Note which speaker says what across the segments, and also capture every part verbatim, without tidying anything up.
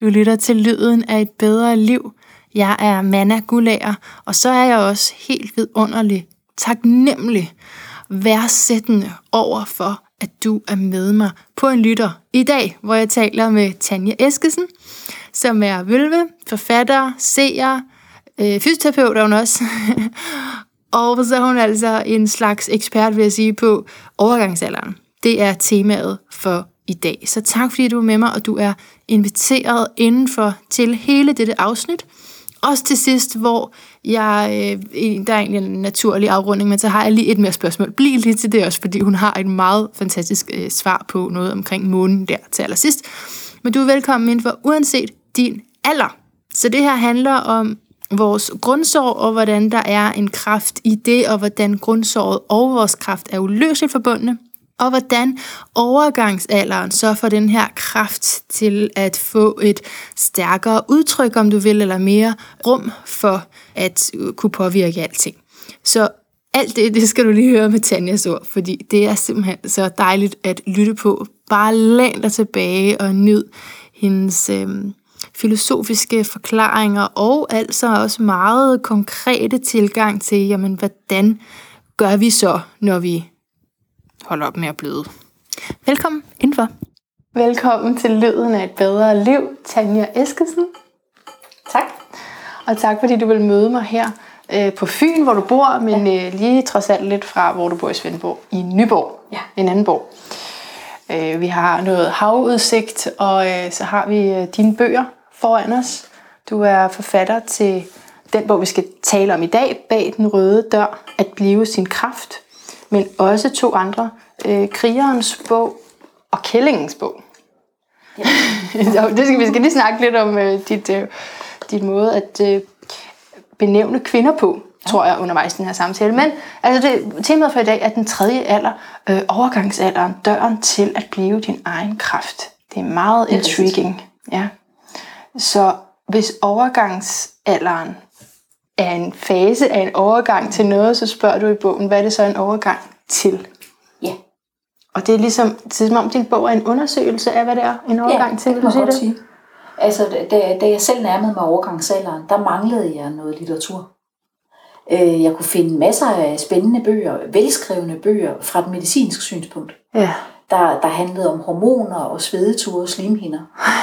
Speaker 1: Du lytter til Lyden af et bedre liv. Jeg er Manna Guldager, og så er jeg også helt vidunderlig, taknemmelig, værdsættende over for, at du er med mig på en lytter i dag, hvor jeg taler med Tanja Eskesen, som er vølve, forfatter, seer, øh, fysioterapeut er hun også. Og så er hun altså en slags ekspert, vil jeg sige, på overgangsalderen. Det er temaet for i dag. Så tak fordi du er med mig, og du er inviteret indenfor til hele dette afsnit. Også til sidst, hvor jeg, øh, der er egentlig en naturlig afrunding, men så har jeg lige et mere spørgsmål. Bliv lige til det også, fordi hun har et meget fantastisk øh, svar på noget omkring månen der til allersidst. Men du er velkommen indenfor, uanset din alder. Så det her handler om vores grundsorg, og hvordan der er en kraft i det, og hvordan grundsorget og vores kraft er uløseligt forbundne. Og hvordan overgangsalderen så får den her kraft til at få et stærkere udtryk, om du vil, eller mere rum for at kunne påvirke alting. Så alt det, det skal du lige høre med Tanjas ord, fordi det er simpelthen så dejligt at lytte på. Bare læn dig tilbage og nyd hendes øhm, filosofiske forklaringer, og altså også meget konkrete tilgang til, jamen, hvordan gør vi så, når vi hold op med at bløde. Velkommen indenfor. Velkommen til Lyden af et bedre liv, Tanja Eskesen.
Speaker 2: Tak.
Speaker 1: Og tak fordi du vil møde mig her øh, på Fyn, hvor du bor, men ja. øh, lige trods alt lidt fra, hvor du bor i Svendborg, i Nyborg,
Speaker 2: ja.
Speaker 1: En anden borg. Øh, vi har noget havudsigt, og øh, så har vi øh, dine bøger foran os. Du er forfatter til den bog, vi skal tale om i dag, Bag den røde dør, at blive sin kraft. Men også to andre, øh, Krigerens bog og Kællingens bog. Ja. det skal, vi skal lige snakke lidt om øh, dit, øh, dit måde at øh, benævne kvinder på, ja. Tror jeg, undervejs i den her samtale. Men altså det, temaet for i dag er den tredje alder, øh, overgangsalderen, døren til at blive din egen kraft. Det er meget det er intriguing. Ja. Så hvis overgangsalderen er en fase af en overgang til noget, så spørger du i bogen, hvad er det så en overgang til?
Speaker 2: Ja. Og
Speaker 1: det er ligesom, det er som om din bog er en undersøgelse af, hvad det er en overgang
Speaker 2: ja,
Speaker 1: til.
Speaker 2: Vil du sige det? Sige. Altså, da, da jeg selv nærmede mig overgangsalderen, der manglede jeg noget litteratur. Jeg kunne finde masser af spændende bøger, velskrevne bøger fra et medicinsk synspunkt,
Speaker 1: ja.
Speaker 2: der, der handlede om hormoner og svedeture og slimhinder.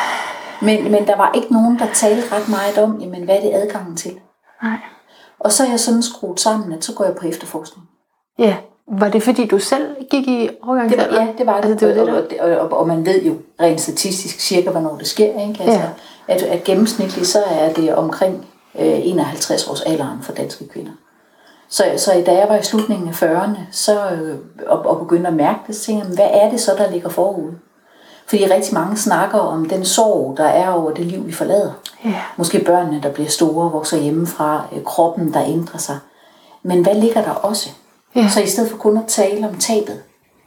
Speaker 2: Men, men der var ikke nogen, der talte ret meget om, jamen, hvad er det adgangen til?
Speaker 1: Nej.
Speaker 2: Og så er jeg sådan skruet sammen, at så går jeg på efterforskning.
Speaker 1: Ja, var det fordi du selv gik i overgangsalderen?
Speaker 2: Ja, det var det. Altså, det, var det og, og, og, og man ved jo rent statistisk cirka, hvornår det sker. Ikke? Altså, ja. at, at gennemsnitligt så er det omkring øh, enoghalvtreds års alderen for danske kvinder. Så, så da jeg var i slutningen af fyrrerne så, øh, og, og begyndte at mærke det, så tænkte jeg, hvad er det så, der ligger forude? Fordi rigtig mange snakker om den sorg, der er over det liv, vi forlader.
Speaker 1: Yeah.
Speaker 2: Måske børnene, der bliver store, vokser hjemmefra, kroppen, der ændrer sig. Men hvad ligger der også? Yeah. Så i stedet for kun at tale om tabet,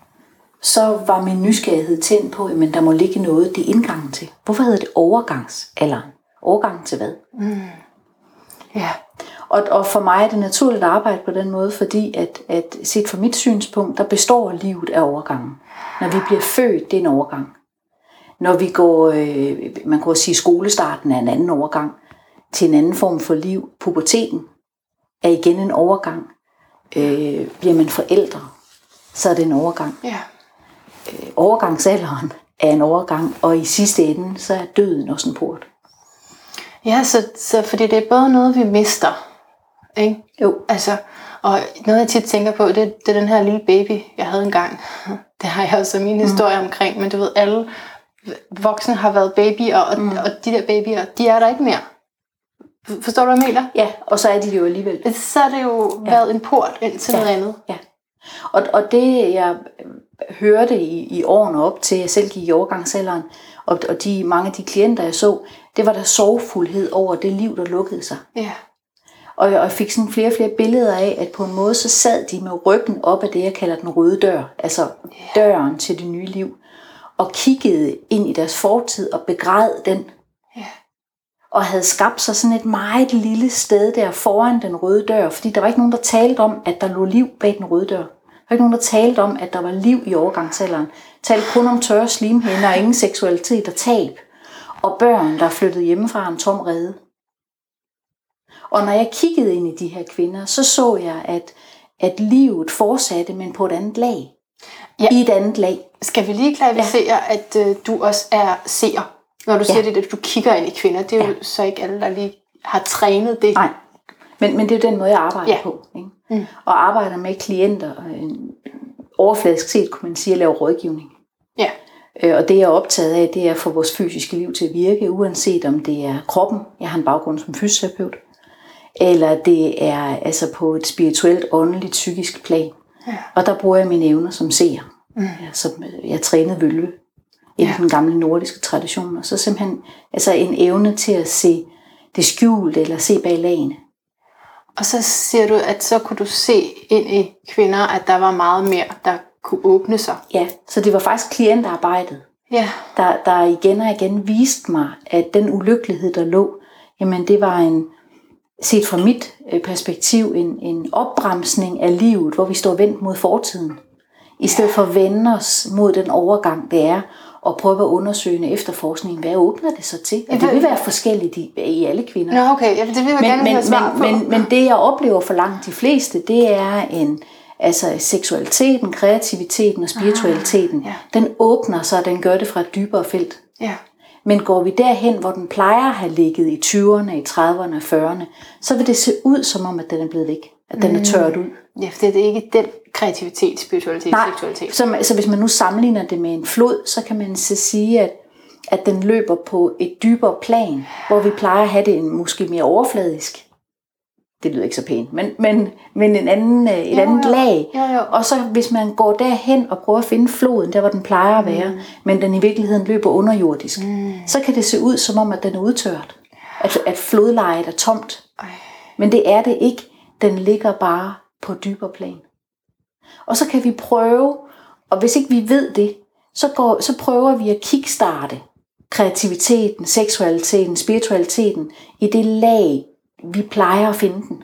Speaker 2: så var min nysgerrighed tændt på, at der må ligge noget, det er indgangen til. Hvorfor hedder det overgangsalderen? Overgangen til hvad?
Speaker 1: Mm. Yeah.
Speaker 2: Og, og for mig er det naturligt at arbejde på den måde, fordi at, at set fra mit synspunkt, der består livet af overgangen. Når vi bliver født, det er en overgang. Når vi går, øh, man kan sige, skolestarten er en anden overgang til en anden form for liv. Puberteten er igen en overgang. Øh, bliver man forældre, så er det en overgang.
Speaker 1: Ja.
Speaker 2: Øh, overgangsalderen er en overgang, og i sidste ende, så er døden også en port.
Speaker 1: Ja, så, så fordi det er både noget, vi mister, ikke?
Speaker 2: Jo.
Speaker 1: Altså, og noget, jeg tit tænker på, det, det er den her lille baby, jeg havde engang. Det har jeg også min historie mm. omkring, men du ved, alle voksne har været babyer, og, mm. og de der babyer, de er der ikke mere. Forstår du, hvad jeg mener?
Speaker 2: Ja, og så er de jo alligevel.
Speaker 1: Så er det jo ja. været en port ind til ja. noget andet.
Speaker 2: Ja. Og, og det, jeg hørte i, i årene op til, jeg selv gik i overgangsalderen, og, og de, mange af de klienter, jeg så, det var der sorgfuldhed over det liv, der lukkede sig.
Speaker 1: Ja.
Speaker 2: Og, og jeg fik sådan flere og flere billeder af, at på en måde, så sad de med ryggen op af det, jeg kalder den røde dør. Altså døren til det nye liv. Og kiggede ind i deres fortid og begræd den.
Speaker 1: Ja.
Speaker 2: Og havde skabt sig sådan et meget lille sted der foran den røde dør. Fordi der var ikke nogen, der talte om, at der lå liv bag den røde dør. Der var ikke nogen, der talte om, at der var liv i overgangsalderen. Talte kun om tørre slimhinder og ingen seksualitet og tab. og børn, der er flyttet hjemmefra en tom rede. Og når jeg kiggede ind i de her kvinder, så så jeg, at, at livet fortsatte, men på et andet lag. Ja. I et andet lag.
Speaker 1: Skal vi lige klarificere, ja. at øh, du også er seer, når du siger ja. det, at du kigger ind i kvinder. Det er ja. jo så ikke alle, der lige har trænet det.
Speaker 2: Nej, men, men det er jo den måde, jeg arbejder
Speaker 1: ja.
Speaker 2: på. Ikke? Mm. Og arbejder med klienter. Overfladisk set, kunne man sige, at lave rådgivning.
Speaker 1: Ja.
Speaker 2: Og det, jeg er optaget af, det er at få vores fysiske liv til at virke, uanset om det er kroppen. Jeg har en baggrund som fysioterapeut. Eller det er altså på et spirituelt, åndeligt, psykisk plan. Ja. Og der bruger jeg mine evner som seer. Mm. Som jeg trænede vølve i ja. den gamle nordiske tradition. Og så simpelthen altså en evne til at se det skjulte, eller se bag lagene.
Speaker 1: Og så siger du, at så kunne du se ind i kvinder, at der var meget mere, der kunne åbne sig.
Speaker 2: Ja, så det var faktisk klientarbejdet,
Speaker 1: ja.
Speaker 2: der, der igen og igen viste mig, at den ulykkelighed, der lå, jamen det var en, set fra mit perspektiv, en, en opbremsning af livet, hvor vi står vendt mod fortiden. I stedet ja. for at vende os mod den overgang, det er, og prøve at undersøge en efterforskning. Hvad åbner det så til? Og det vil være forskelligt i, i alle kvinder.
Speaker 1: Nå, okay. Ja, det vil jeg men, gerne
Speaker 2: men,
Speaker 1: svar
Speaker 2: men, men, men det, jeg oplever for langt de fleste, det er en, altså seksualiteten, kreativiteten og spiritualiteten. Ah, ja. Den åbner sig, og den gør det fra et dybere felt.
Speaker 1: Ja.
Speaker 2: Men går vi derhen, hvor den plejer at have ligget i tyverne, i trediverne og fyrrerne, så vil det se ud, som om, at den er blevet væk. At den er tørt ud.
Speaker 1: Ja, for det er ikke den kreativitet, spiritualitet,
Speaker 2: Nej,
Speaker 1: seksualitet.
Speaker 2: Så, så hvis man nu sammenligner det med en flod, så kan man så sige, at, at den løber på et dybere plan, hvor vi plejer at have det en, måske mere overfladisk. Det lyder ikke så pænt, men, men, men en anden, et jo, andet
Speaker 1: jo.
Speaker 2: lag.
Speaker 1: Jo, jo.
Speaker 2: Og så hvis man går derhen og prøver at finde floden, der hvor den plejer at være, mm. men den i virkeligheden løber underjordisk, mm. så kan det se ud som om, at den er udtørt. At, at flodlejet er tomt. Ej. Men det er det ikke. Den ligger bare på dybere plan. Og så kan vi prøve, og hvis ikke vi ved det, så, går, så prøver vi at kickstarte kreativiteten, seksualiteten, spiritualiteten i det lag, vi plejer at finde den.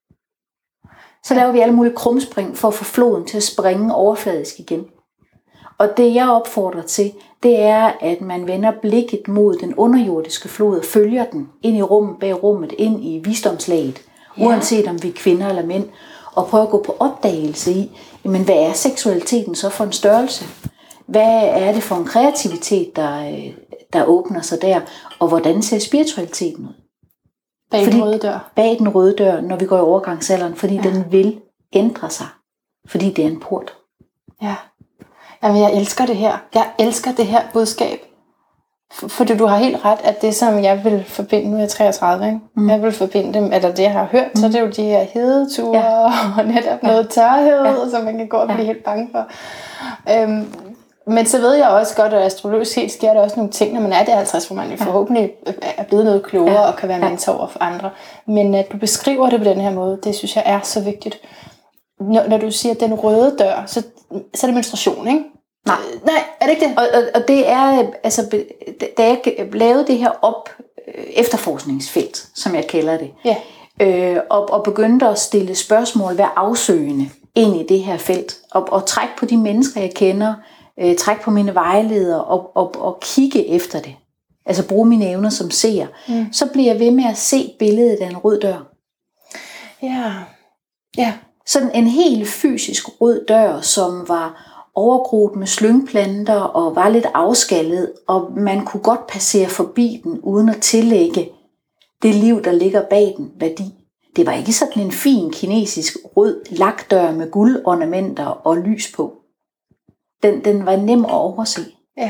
Speaker 2: Så laver vi alle mulige krumspring for at få floden til at springe overfladisk igen. Og det jeg opfordrer til, det er, at man vender blikket mod den underjordiske flod og følger den ind i rummet, bag rummet, ind i visdomslaget. Ja. Uanset om vi er kvinder eller mænd, og prøve at gå på opdagelse i, men hvad er seksualiteten så for en størrelse? Hvad er det for en kreativitet, der, der åbner sig der? Og hvordan ser spiritualiteten ud?
Speaker 1: Bag fordi, den røde dør.
Speaker 2: Bag den røde dør, når vi går i overgangsalderen, fordi ja. den vil ændre sig. Fordi det er en port.
Speaker 1: Ja. Jamen, jeg elsker det her. Jeg elsker det her budskab. Fordi du har helt ret, at det som jeg vil forbinde, nu er jeg treogtredive, ikke? Mm. Jeg vil forbinde dem, eller det jeg har hørt, mm. så det er jo de her hedeture, ja. og netop noget ja. tørhed, ja. som man kan gå og blive ja. helt bange for. Øhm, men så ved jeg også godt, at astrologisk set sker der også nogle ting, når man er der halvtreds, hvor man ja. forhåbentlig er blevet noget klogere ja. og kan være mentor for andre. Men at du beskriver det på den her måde, det synes jeg er så vigtigt. Når, når du siger, at den røde dør, så, så er det menstruation, ikke?
Speaker 2: Nej.
Speaker 1: Nej, er det ikke det?
Speaker 2: Og, og, og det er, altså, da jeg lavede det her op efterforskningsfelt, som jeg kalder det,
Speaker 1: ja.
Speaker 2: øh, og, og begyndte at stille spørgsmål, være afsøgende ind i det her felt, og, og trække på de mennesker, jeg kender, øh, trække på mine vejledere, og, og, og kigge efter det, altså bruge mine evner som seer, mm. så bliver jeg ved med at se billedet af en rød dør.
Speaker 1: Ja, ja.
Speaker 2: Sådan en helt fysisk rød dør, som var overgroet med slyngplanter og var lidt afskallet, og man kunne godt passere forbi den, uden at tillægge det liv, der ligger bag den, værdi. Det var ikke sådan en fin kinesisk rød lakdør med guldornamenter og lys på. Den, den var nem at overse.
Speaker 1: Ja.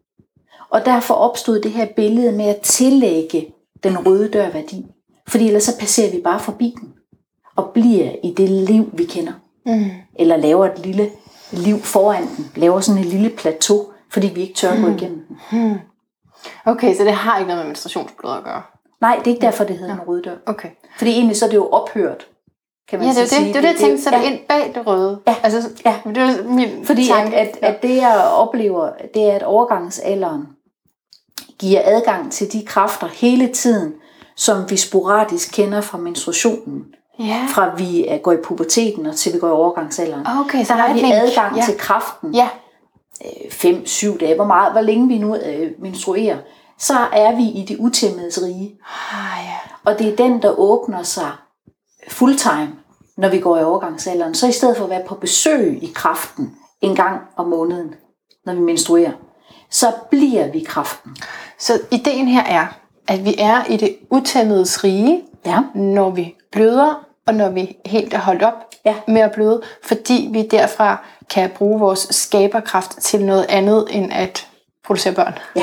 Speaker 2: Og derfor opstod det her billede med at tillægge den røde dør værdi. Fordi ellers så passerer vi bare forbi den, og bliver i det liv, vi kender. Mm. Eller laver et lille liv foran den, laver sådan et lille plateau, fordi vi ikke tør at gå igennem den.
Speaker 1: Hmm. Okay, så det har ikke noget med menstruationsblod at gøre?
Speaker 2: Nej, det er ikke derfor, det hedder ja. en røde dør.
Speaker 1: Okay.
Speaker 2: Fordi egentlig så er det jo ophørt, kan man
Speaker 1: ja, det er
Speaker 2: sige.
Speaker 1: Det, det er det, jeg tænkte, så det er ind bag det røde.
Speaker 2: Ja,
Speaker 1: altså,
Speaker 2: ja.
Speaker 1: Det er min
Speaker 2: fordi
Speaker 1: tanke.
Speaker 2: At, at, at det, jeg oplever, det er, at overgangsalderen giver adgang til de kræfter hele tiden, som vi sporadisk kender fra menstruationen.
Speaker 1: Ja.
Speaker 2: Fra vi går i puberteten og til vi går i overgangsalderen.
Speaker 1: Okay, så
Speaker 2: der har vi
Speaker 1: link.
Speaker 2: adgang
Speaker 1: ja.
Speaker 2: til kraften.
Speaker 1: Ja.
Speaker 2: Fem, syv dage, hvor meget, hvor længe vi nu øh, menstruerer. så er vi i det utæmmedes rige.
Speaker 1: Ah, ja.
Speaker 2: Og det er den, der åbner sig fulltime, når vi går i overgangsalderen. Så i stedet for at være på besøg i kraften en gang om måneden, når vi menstruerer, så bliver vi kraften.
Speaker 1: Så ideen her er, at vi er i det utæmmedes rige,
Speaker 2: Ja.
Speaker 1: når vi bløder, og når vi helt er holdt op
Speaker 2: Ja.
Speaker 1: med at bløde, fordi vi derfra kan bruge vores skaberkraft til noget andet, end at producere børn.
Speaker 2: Ja.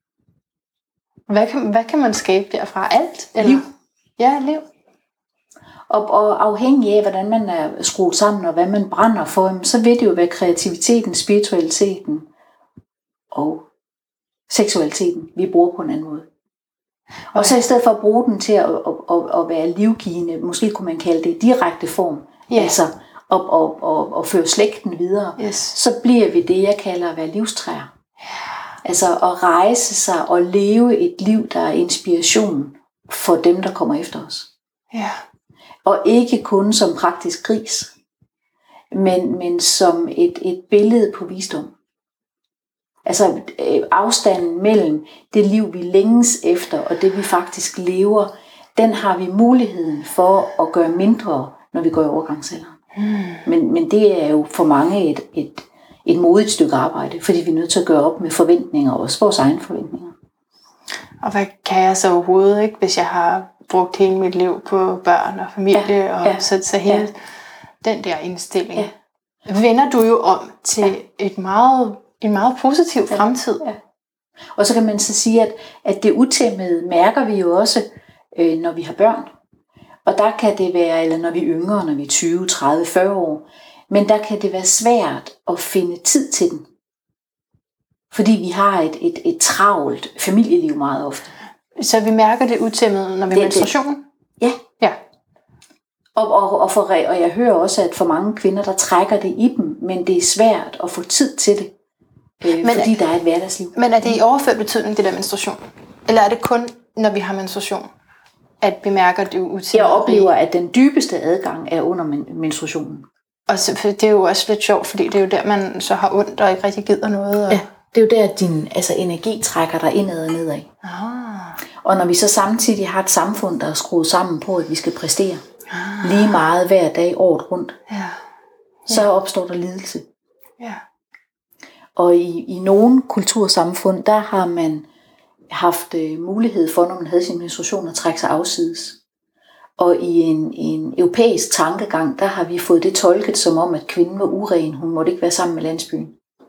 Speaker 1: Hvad kan, hvad kan man skabe derfra? Alt? Eller?
Speaker 2: Liv.
Speaker 1: Ja, liv.
Speaker 2: Og, og afhængig af, hvordan man er skruet sammen, og hvad man brænder for, så vil det jo være kreativiteten, spiritualiteten og seksualiteten, vi bruger på en anden måde. Og så i stedet for at bruge den til at, at, at, at være livgivende, måske kunne man kalde det direkte form,
Speaker 1: Ja.
Speaker 2: altså at, at, at, at føre slægten videre,
Speaker 1: Yes.
Speaker 2: så bliver vi det, jeg kalder at være livstræer. Altså at rejse sig og leve et liv, der er inspiration for dem, der kommer efter os.
Speaker 1: Ja.
Speaker 2: Og ikke kun som praktisk gris, men, men som et, et billede på visdom. Altså øh, afstanden mellem det liv, vi længes efter, og det vi faktisk lever, den har vi muligheden for at gøre mindre, når vi går i overgangsalderen.
Speaker 1: Mm.
Speaker 2: Men, men det er jo for mange et, et, et modigt stykke arbejde, fordi vi er nødt til at gøre op med forventninger, og også vores egne forventninger.
Speaker 1: Og hvad kan jeg så overhovedet, ikke, hvis jeg har brugt hele mit liv på børn og familie,
Speaker 2: Ja,
Speaker 1: og
Speaker 2: ja,
Speaker 1: så, så hele
Speaker 2: ja.
Speaker 1: den der indstilling,
Speaker 2: Ja.
Speaker 1: vender du jo om til
Speaker 2: Ja.
Speaker 1: et meget, en meget positiv
Speaker 2: Ja.
Speaker 1: fremtid.
Speaker 2: Ja. Og så kan man så sige, at, at det utæmmede mærker vi jo også, øh, når vi har børn. Og der kan det være, eller når vi er yngre, når vi er tyve, tredive, fyrre år, men der kan det være svært at finde tid til den. Fordi vi har et, et, et travlt familieliv meget ofte.
Speaker 1: Så vi mærker det utæmmede, når vi
Speaker 2: Det
Speaker 1: er
Speaker 2: er
Speaker 1: menstruation?
Speaker 2: Ja.
Speaker 1: Ja.
Speaker 2: Og, og, og, for, og jeg hører også, at for mange kvinder, der trækker det i dem, men det er svært at få tid til det, øh,
Speaker 1: Men-
Speaker 2: fordi der er et hverdagsliv.
Speaker 1: Men er det i overført betydning, det der menstruation? Eller er det kun, når vi har menstruation, at vi mærker det utæmmede?
Speaker 2: Jeg oplever, at den dybeste adgang er under men- menstruationen.
Speaker 1: Og så, for det er jo også lidt sjovt, fordi det er jo der, man så har ondt og ikke rigtig gider noget. Og...
Speaker 2: Ja, det er jo der, at din altså, energi trækker dig indad og nedad.
Speaker 1: Ah.
Speaker 2: Og når vi så samtidig har et samfund, der er skruet sammen på, at vi skal præstere lige meget hver dag, året rundt,
Speaker 1: Ja.
Speaker 2: så opstår der lidelse.
Speaker 1: Ja.
Speaker 2: Og i, i nogle kultursamfund, der har man haft øh, mulighed for, når man havde sin menstruation, at trække sig afsides. Og i en, en europæisk tankegang, der har vi fået det tolket som om, at kvinden var uren. Hun måtte ikke være sammen med landsbyen.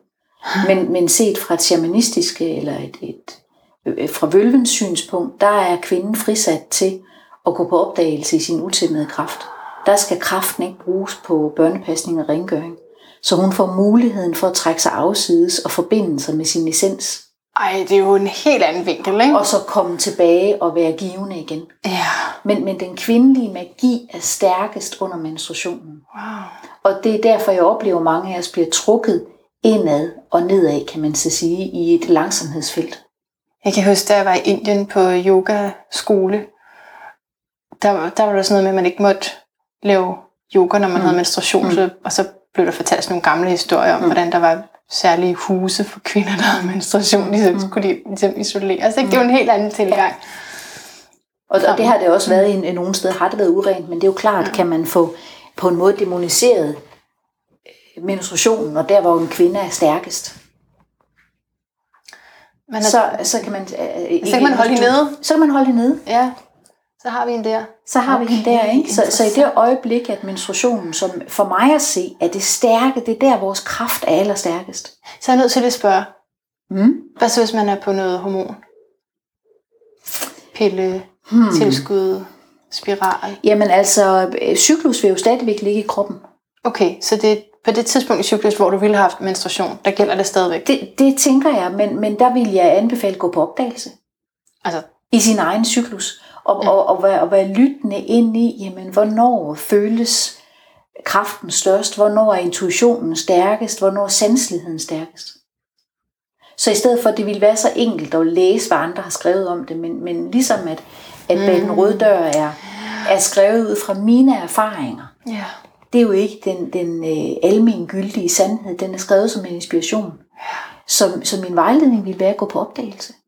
Speaker 2: Men, men set fra et shamanistisk eller et, et, et fra vølvens synspunkt, der er kvinden frisat til at gå på opdagelse i sin utæmmede kraft. Der skal kraften ikke bruges på børnepasning og rengøring. Så hun får muligheden for at trække sig afsides og forbinde sig med sin essens.
Speaker 1: Ej, det er jo en helt anden vinkel, ikke?
Speaker 2: Og så komme tilbage og være givende igen.
Speaker 1: Ja.
Speaker 2: Men, men den kvindelige magi er stærkest under menstruationen.
Speaker 1: Wow.
Speaker 2: Og det er derfor, jeg oplever, at mange af os bliver trukket indad og nedad, kan man så sige, i et langsomhedsfelt.
Speaker 1: Jeg kan huske, da jeg var i Indien på yogaskole, der, der var der sådan noget med, at man ikke måtte lave yoga, når man mm. havde menstruation, mm. så, og så blev der fortalt sådan nogle gamle historier om, mm. hvordan der var særlige huse for kvinder, der havde menstruation, ligesom mm. skulle de ligesom isolere sig. Mm. Det er jo en helt anden tilgang.
Speaker 2: Og, og det har det også været i, i nogle steder, har det været urent, men det er jo klart, ja. Kan man få på en måde demoniseret menstruationen, og der hvor en kvinde er stærkest.
Speaker 1: Men
Speaker 2: så, så kan man øh,
Speaker 1: så kan man holde hende nede.
Speaker 2: Så kan man holde hende nede.
Speaker 1: Ja, så har vi en der.
Speaker 2: Så har okay, vi hende der, ikke? Så, så i det øjeblik, at menstruationen, som for mig at se, er det stærke, det er der, vores kraft er allerstærkest.
Speaker 1: Så er jeg nødt til at spørge,
Speaker 2: mm?
Speaker 1: hvad så hvis man er på noget hormon? Pille, hmm. tilskud, spiral?
Speaker 2: Jamen altså, cyklus vil jo stadigvæk ligge i kroppen.
Speaker 1: Okay, så det er på det tidspunkt i cyklus, hvor du ville have haft menstruation, der gælder det stadigvæk?
Speaker 2: Det, det tænker jeg, men, men der vil jeg anbefale at gå på opdagelse.
Speaker 1: Altså?
Speaker 2: I sin egen cyklus. Og, ja. og, og, være, og være lyttende ind i, jamen, hvornår føles kraften størst, hvornår er intuitionen stærkest, hvornår er sanseligheden stærkest. Så i stedet for, at det ville være så enkelt at læse, hvad andre har skrevet om det, men, men ligesom at, at mm. bag den røde dør er, er skrevet ud fra mine erfaringer.
Speaker 1: Ja.
Speaker 2: Det er jo ikke den, den øh, almengyldige sandhed, den er skrevet som en inspiration. Så, så min vejledning ville være at gå på opdagelse.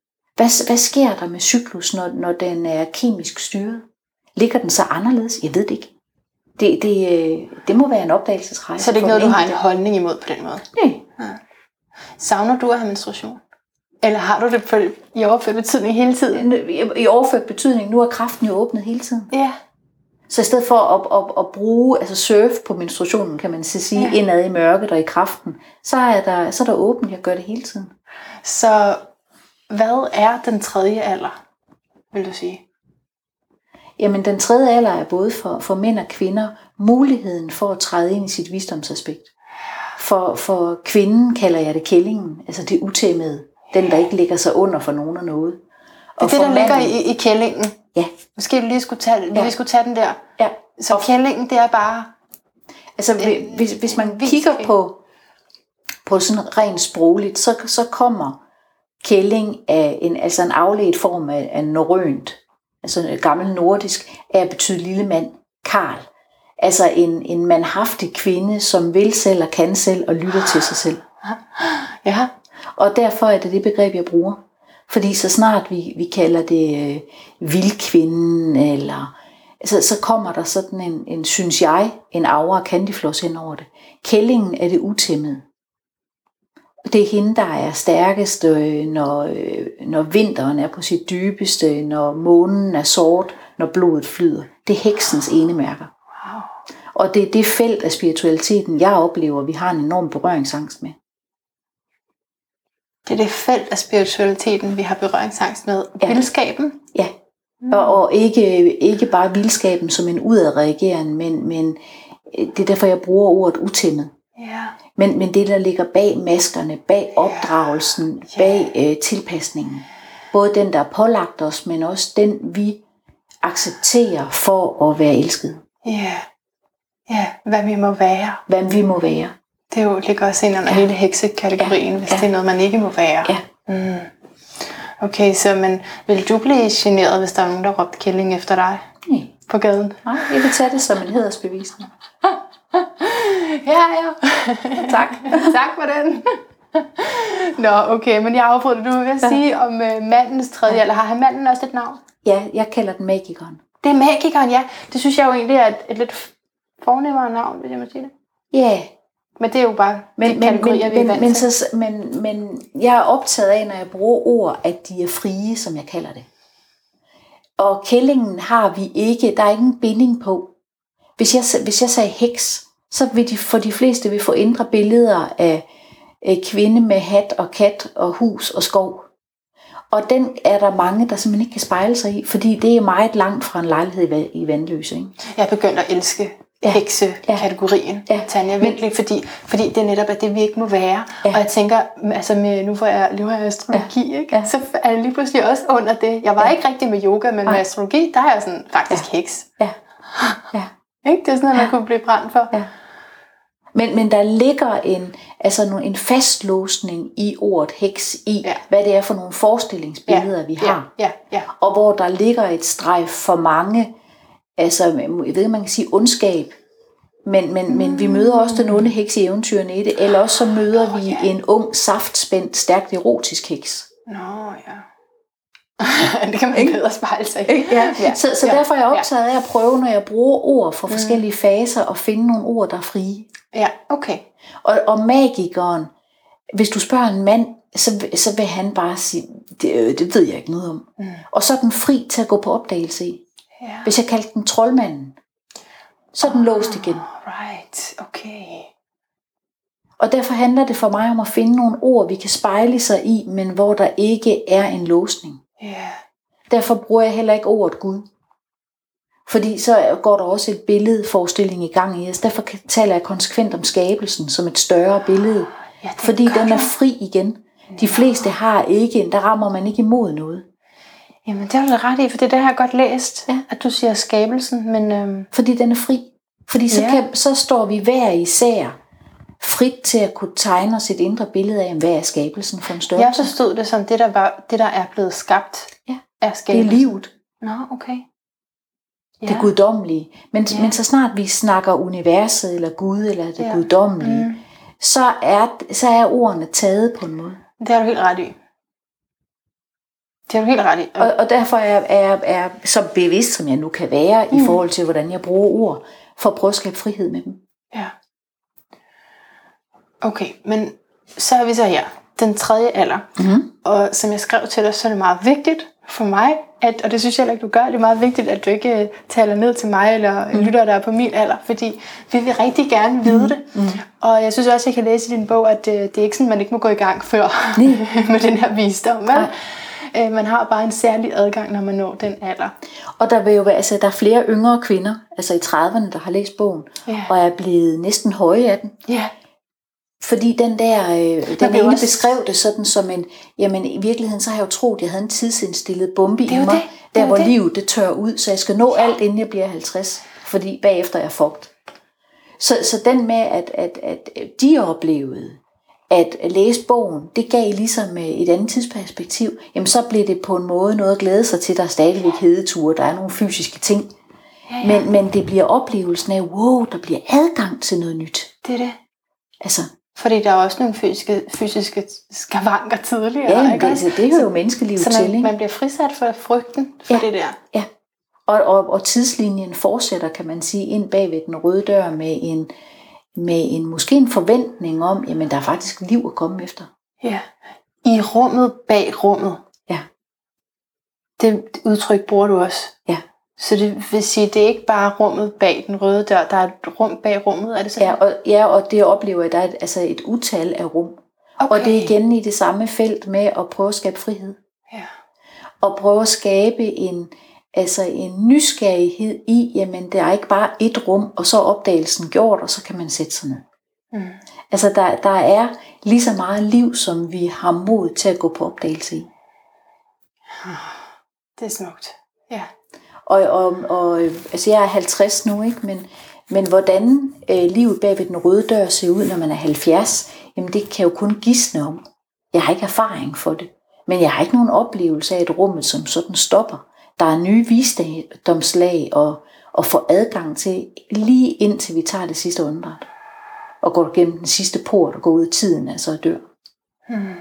Speaker 2: Hvad, hvad sker der med cyklus, når, når den er kemisk styret? Ligger den så anderledes? Jeg ved det ikke. Det, det, det må være en opdagelsesrejse.
Speaker 1: Så det er ikke noget, du har en
Speaker 2: enkelte.
Speaker 1: holdning imod på den måde?
Speaker 2: Nej.
Speaker 1: Ja. Savner du at have menstruation? Eller har du det på, i overført betydning hele tiden?
Speaker 2: I overført betydning, nu er kraften jo åbnet hele tiden.
Speaker 1: Ja.
Speaker 2: Så i stedet for at, at, at bruge, altså surfe på menstruationen, kan man sige, ja. indad i mørket og i kraften, så er der, så er der åbent, jeg gør det hele tiden.
Speaker 1: Så hvad er den tredje alder, vil du sige?
Speaker 2: Jamen, den tredje alder er både for, for mænd og kvinder muligheden for at træde ind i sit visdomsaspekt. For, for kvinden kalder jeg det kællingen, altså det utæmmede, den der ikke ligger sig under for nogen og noget.
Speaker 1: Og det er det, der manden, ligger i, i kællingen?
Speaker 2: Ja.
Speaker 1: Måske du lige skulle tage, ja. lige skulle tage den der.
Speaker 2: Ja.
Speaker 1: Så kællingen, det er bare...
Speaker 2: Altså, øh, hvis, hvis man kigger på, på sådan rent sprogligt, så, så kommer kælling af en, altså en afledt form af, af norrønt, altså en gammel nordisk, er at betyde lille mand, karl. Altså en, en mandhaftig kvinde, som vil selv og kan selv og lytter til sig selv.
Speaker 1: Ja.
Speaker 2: Og derfor er det det begreb, jeg bruger. Fordi så snart vi, vi kalder det øh, vildkvinden, eller, så, så kommer der sådan en, en, synes jeg, en aura af candyfloss hen over det. Kællingen er det utæmmede. Det er hende, der er stærkest, øh, når, øh, når vinteren er på sit dybeste, når månen er sort, når blodet flyder. Det er heksens enemærker.
Speaker 1: Wow.
Speaker 2: Og det er det felt af spiritualiteten, jeg oplever, vi har en enorm berøringsangst med.
Speaker 1: Det er det felt af spiritualiteten, vi har berøringsangst med.
Speaker 2: Ja.
Speaker 1: Vildskaben?
Speaker 2: Ja, mm. og, og ikke, ikke bare vildskaben som en udadreageren, men, men det er derfor, jeg bruger ordet utæmmet.
Speaker 1: Ja.
Speaker 2: Men, men det, der ligger bag maskerne, bag opdragelsen,
Speaker 1: ja.
Speaker 2: bag øh, tilpasningen. Både den, der er pålagt os, men også den, vi accepterer for at være elsket.
Speaker 1: Ja, ja, hvad vi må være.
Speaker 2: Hvad vi må være.
Speaker 1: Det er jo ligger også ind under ja. hele heksekategorien, ja. hvis ja. det er noget, man ikke må være.
Speaker 2: Ja.
Speaker 1: Mm. Okay, så men vil du blive generet, hvis der er nogen, der råbte kælling efter dig?
Speaker 2: Nej.
Speaker 1: På gaden?
Speaker 2: Nej, jeg vil tage det som en hædersbevisning.
Speaker 1: Ja, ja.
Speaker 2: Tak.
Speaker 1: Tak for den. Nå, okay, men jeg har afbrudt det. Du vil ja. sige om uh, mandens tredje, ja. eller har han manden også et navn?
Speaker 2: Ja, jeg kalder den magikeren.
Speaker 1: Det er magikeren, ja. Det synes jeg jo egentlig er et, et lidt fornemmere navn, hvis jeg må sige det.
Speaker 2: Ja.
Speaker 1: Men det er jo bare
Speaker 2: men, men, men, men, men, så, men, men jeg er optaget af, når jeg bruger ord, at de er frie, som jeg kalder det. Og kællingen har vi ikke, der er ingen binding på. Hvis jeg, hvis jeg sagde heks, så vil de, for de fleste vil få ændre billeder af, af kvinde med hat og kat og hus og skov. Og den er der mange, der simpelthen ikke kan spejle sig i, fordi det er meget langt fra en lejlighed i Vandløse. Ikke?
Speaker 1: Jeg er begyndt at elske ja. heksekategorien, ja. Tanja, virkelig, men, fordi, fordi det er netop at det, vi ikke må være. Ja. Og jeg tænker, altså med, nu får jeg, nu har jeg astrologi, ja. Ikke? Ja. Så er jeg lige pludselig også under det. Jeg var ja. ikke rigtig med yoga, men med astrologi, der er jeg sådan faktisk ja. heks.
Speaker 2: Ja. Ja.
Speaker 1: Ikke? Det er sådan, at man ja. kunne blive brændt for.
Speaker 2: Ja. Men, men der ligger en, altså en fastlåsning i ordet heks i, ja. hvad det er for nogle forestillingsbilleder, ja. vi har.
Speaker 1: Ja. Ja. Ja.
Speaker 2: Og hvor der ligger et strejf for mange, altså jeg ved man kan sige ondskab, men, men, mm. men vi møder også den onde heks i eventyrene i det, eller også så møder oh, vi ja. en ung, saftspændt, stærkt erotisk heks.
Speaker 1: Nå ja. Det kan man ikke bedre spejle sig i.
Speaker 2: Ja. Ja. Så, så ja. derfor er jeg optaget af at prøve, når jeg bruger ord for forskellige mm. faser, at finde nogle ord, der er frie.
Speaker 1: Ja, okay.
Speaker 2: Og, og magikeren, hvis du spørger en mand, så, så vil han bare sige, det, det ved jeg ikke noget om. Mm. Og så er den fri til at gå på opdagelse i. Ja. Hvis jeg kaldte den troldmanden, så er den oh, låst igen.
Speaker 1: Right, okay.
Speaker 2: Og derfor handler det for mig om at finde nogle ord, vi kan spejle sig i, men hvor der ikke er en låsning.
Speaker 1: Yeah.
Speaker 2: Derfor bruger jeg heller ikke ordet Gud. Fordi så går der også et billedforestilling i gang i os. Derfor taler jeg konsekvent om skabelsen som et større billede. Ja, fordi den er fri igen. De fleste har ikke, der rammer man ikke imod noget.
Speaker 1: Jamen det har du ret i, for det der har jeg godt læst, ja. at du siger skabelsen. Men, øhm...
Speaker 2: Fordi den er fri. Fordi så,
Speaker 1: ja.
Speaker 2: kan, så står vi hver især frit til at kunne tegne os et indre billede af, hvad er skabelsen for en størrelse.
Speaker 1: Jeg forstod det som det, der, var, det, der er blevet skabt
Speaker 2: ja.
Speaker 1: af skabelsen.
Speaker 2: Det er livet.
Speaker 1: Nå, okay. Ja.
Speaker 2: Det guddommelige. Men,
Speaker 1: ja.
Speaker 2: men så snart vi snakker universet, eller Gud, eller det
Speaker 1: ja.
Speaker 2: guddommelige, mm. så, er, så er ordene taget på en måde.
Speaker 1: Det har du helt ret i. Det er du helt ret i.
Speaker 2: Og, og derfor er jeg er, er så bevidst, som jeg nu kan være, mm. i forhold til, hvordan jeg bruger ord, for at prøve at skabe frihed med dem.
Speaker 1: Ja. Okay, men så er vi så her. Den tredje alder. Mm-hmm. Og som jeg skrev til dig, så er det meget vigtigt for mig, at, og det synes jeg heller ikke, du gør, det er meget vigtigt, at du ikke taler ned til mig, eller mm. lytter, der er på min alder, fordi vi vil rigtig gerne vide det. Mm. Og jeg synes også, jeg kan læse i din bog, at det, det er ikke sådan, man ikke må gå i gang før med den her visdom. Men man har bare en særlig adgang, når man når den alder.
Speaker 2: Og der vil jo være, altså, der er flere yngre kvinder, altså i trediverne, der har læst bogen, ja. Og er blevet næsten høje af den.
Speaker 1: Ja.
Speaker 2: Fordi den der, øh, den ene også beskrev det sådan som en, jamen i virkeligheden, så har jeg jo troet, at jeg havde en tidsindstillet bombe i mig, det, der det hvor det. Livet det tør ud, så jeg skal nå alt, inden jeg bliver halvtreds, fordi bagefter er jeg fucked. Så, så den med, at, at, at de oplevede, at læse bogen, det gav ligesom et andet tidsperspektiv, jamen så blev det på en måde noget at glæde sig til, der er stadigvæk hedeture, der er nogle fysiske ting, ja, ja. Men, men det bliver oplevelsen af, wow, der bliver adgang til noget nyt.
Speaker 1: Det er det.
Speaker 2: Altså,
Speaker 1: fordi der er også nogle fysiske, fysiske skavanker tidligere.
Speaker 2: Ja,
Speaker 1: ikke?
Speaker 2: Det, altså, det hører jo menneskelivet
Speaker 1: så
Speaker 2: til.
Speaker 1: Så man, man bliver frisat for frygten for
Speaker 2: ja,
Speaker 1: det der.
Speaker 2: Ja, og, og, og tidslinjen fortsætter, kan man sige, ind bag ved den røde dør med en, med en måske en forventning om, jamen der er faktisk liv at komme efter.
Speaker 1: Ja, i rummet bag rummet.
Speaker 2: Ja.
Speaker 1: Det udtryk bruger du også.
Speaker 2: Ja. Så
Speaker 1: det vil sige, det er ikke bare rummet bag den røde dør, der er et rum bag rummet, er det sådan?
Speaker 2: Ja, og, ja, og det oplever jeg, der er et, altså et utal af rum. Okay. Og det er igen i det samme felt med at prøve at skabe frihed.
Speaker 1: Ja.
Speaker 2: Og prøve at skabe en, altså en nysgerrighed i, jamen der er ikke bare et rum, og så er opdagelsen gjort, og så kan man sætte sig ned. Mm. Altså der, der er lige så meget liv, som vi har mod til at gå på opdagelse i.
Speaker 1: Det er smukt, ja.
Speaker 2: Og, og, og altså jeg er halvtreds nu, ikke? Men, men hvordan øh, livet bag ved den røde dør ser ud, når man er halvfjerds, jamen det kan jeg jo kun gisne om. Jeg har ikke erfaring for det, men jeg har ikke nogen oplevelse af et rummet, som sådan stopper. Der er nye visdomslag og, og få adgang til, lige indtil vi tager det sidste åndedræt. Og går gennem den sidste port og går ud i tiden, altså dør.
Speaker 1: Hmm.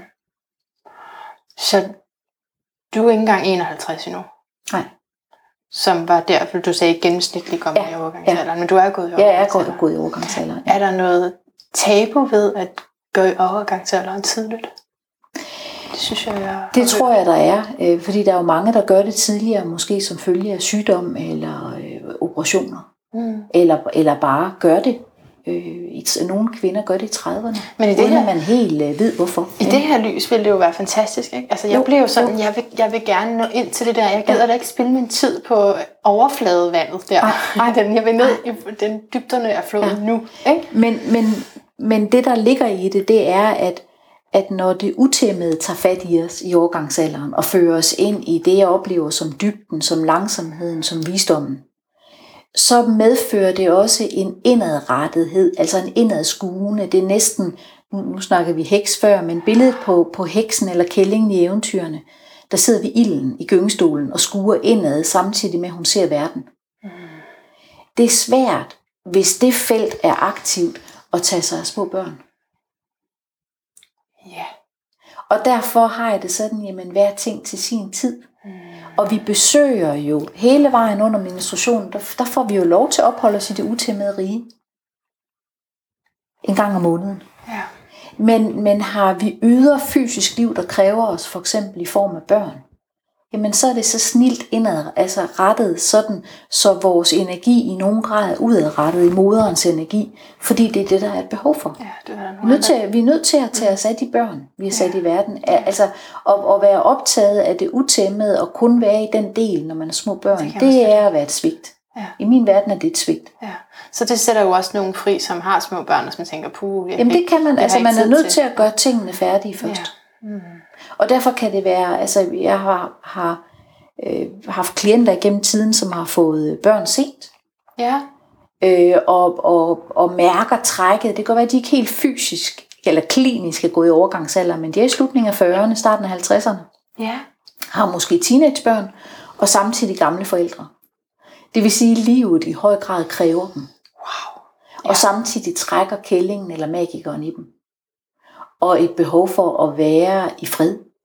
Speaker 1: Så du er ikke engang enoghalvtreds endnu?
Speaker 2: Nej.
Speaker 1: Som var der, for du sagde gennemsnitligt kom ja, i overgangsalderen, ja. Men du er gået i
Speaker 2: overgangsalderen. Ja, jeg er gået i overgangsalderen. Ja.
Speaker 1: Er der noget tabu ved at gå i overgangsalderen tidligt? Det synes jeg, jeg
Speaker 2: Det tror jeg, der er, fordi der er jo mange, der gør det tidligere, måske som følge af sygdom eller øh, operationer, mm. eller, eller bare gør det. Øh, nogle kvinder gør det i trediverne, men i det uden her, man helt øh, ved hvorfor.
Speaker 1: I ja. Det her lys ville det jo være fantastisk, ikke? Altså jeg jo, blev jo sådan, jeg vil, jeg vil gerne nå ind til det der. Jeg gider ja. Da ikke spille min tid på overfladevandet der. Ej, den, jeg vil ned i den dybderne af floden ja. Nu. Ikke?
Speaker 2: Men, men, men det der ligger i det, det er, at, at når det utæmmede tager fat i os i overgangsalderen, og fører os ind i det, jeg oplever som dybden, som langsomheden, som visdommen, så medfører det også en indadrettethed, altså en indadskuende. Det er næsten, nu, nu snakker vi heks før, men billedet på, på heksen eller kællingen i eventyrene, der sidder vi ilden i gyngestolen og skuer indad, samtidig med, at hun ser verden. Mm. Det er svært, hvis det felt er aktivt, at tage sig af små børn.
Speaker 1: Ja. Yeah.
Speaker 2: Og derfor har jeg det sådan, jamen hver ting til sin tid. Mm. Og vi besøger jo hele vejen under menstruationen, der, der får vi jo lov til at opholde os i det utæmmede rige. En gang om måneden.
Speaker 1: Ja.
Speaker 2: Men, men har vi ydre fysisk liv, der kræver os, for eksempel i form af børn, jamen så er det så snilt indad, altså rettet sådan, så vores energi i nogen grad er udadrettet i moderens energi, fordi det er det, der er et behov for.
Speaker 1: Ja, det er
Speaker 2: vi, er nødt til, vi er nødt til at tage os af de børn, vi har sat ja. I verden. Altså at, at være optaget af det utæmmede og kun være i den del, når man er små børn, det, det er at være et svigt. Ja. I min verden er det et svigt.
Speaker 1: Ja. Så det sætter jo også nogle fri, som har små børn, og som tænker, puh, vi
Speaker 2: Jamen det kan man, altså man er nødt til. til at gøre tingene færdige først. Ja. Mm. Og derfor kan det være, altså jeg har, har øh, haft klienter igennem tiden, som har fået børn sent.
Speaker 1: Ja.
Speaker 2: Øh, og, og, og mærker trækket. Det kan være, at de ikke helt fysisk eller klinisk er gået i overgangsalder, men de er i slutningen af fyrrerne, starten af halvtredserne.
Speaker 1: Ja.
Speaker 2: Har måske teenagebørn, og samtidig gamle forældre. Det vil sige, at livet i høj grad kræver dem.
Speaker 1: Wow. Ja.
Speaker 2: Og samtidig trækker kællingen eller magikeren i dem. Og et behov for at være i fred.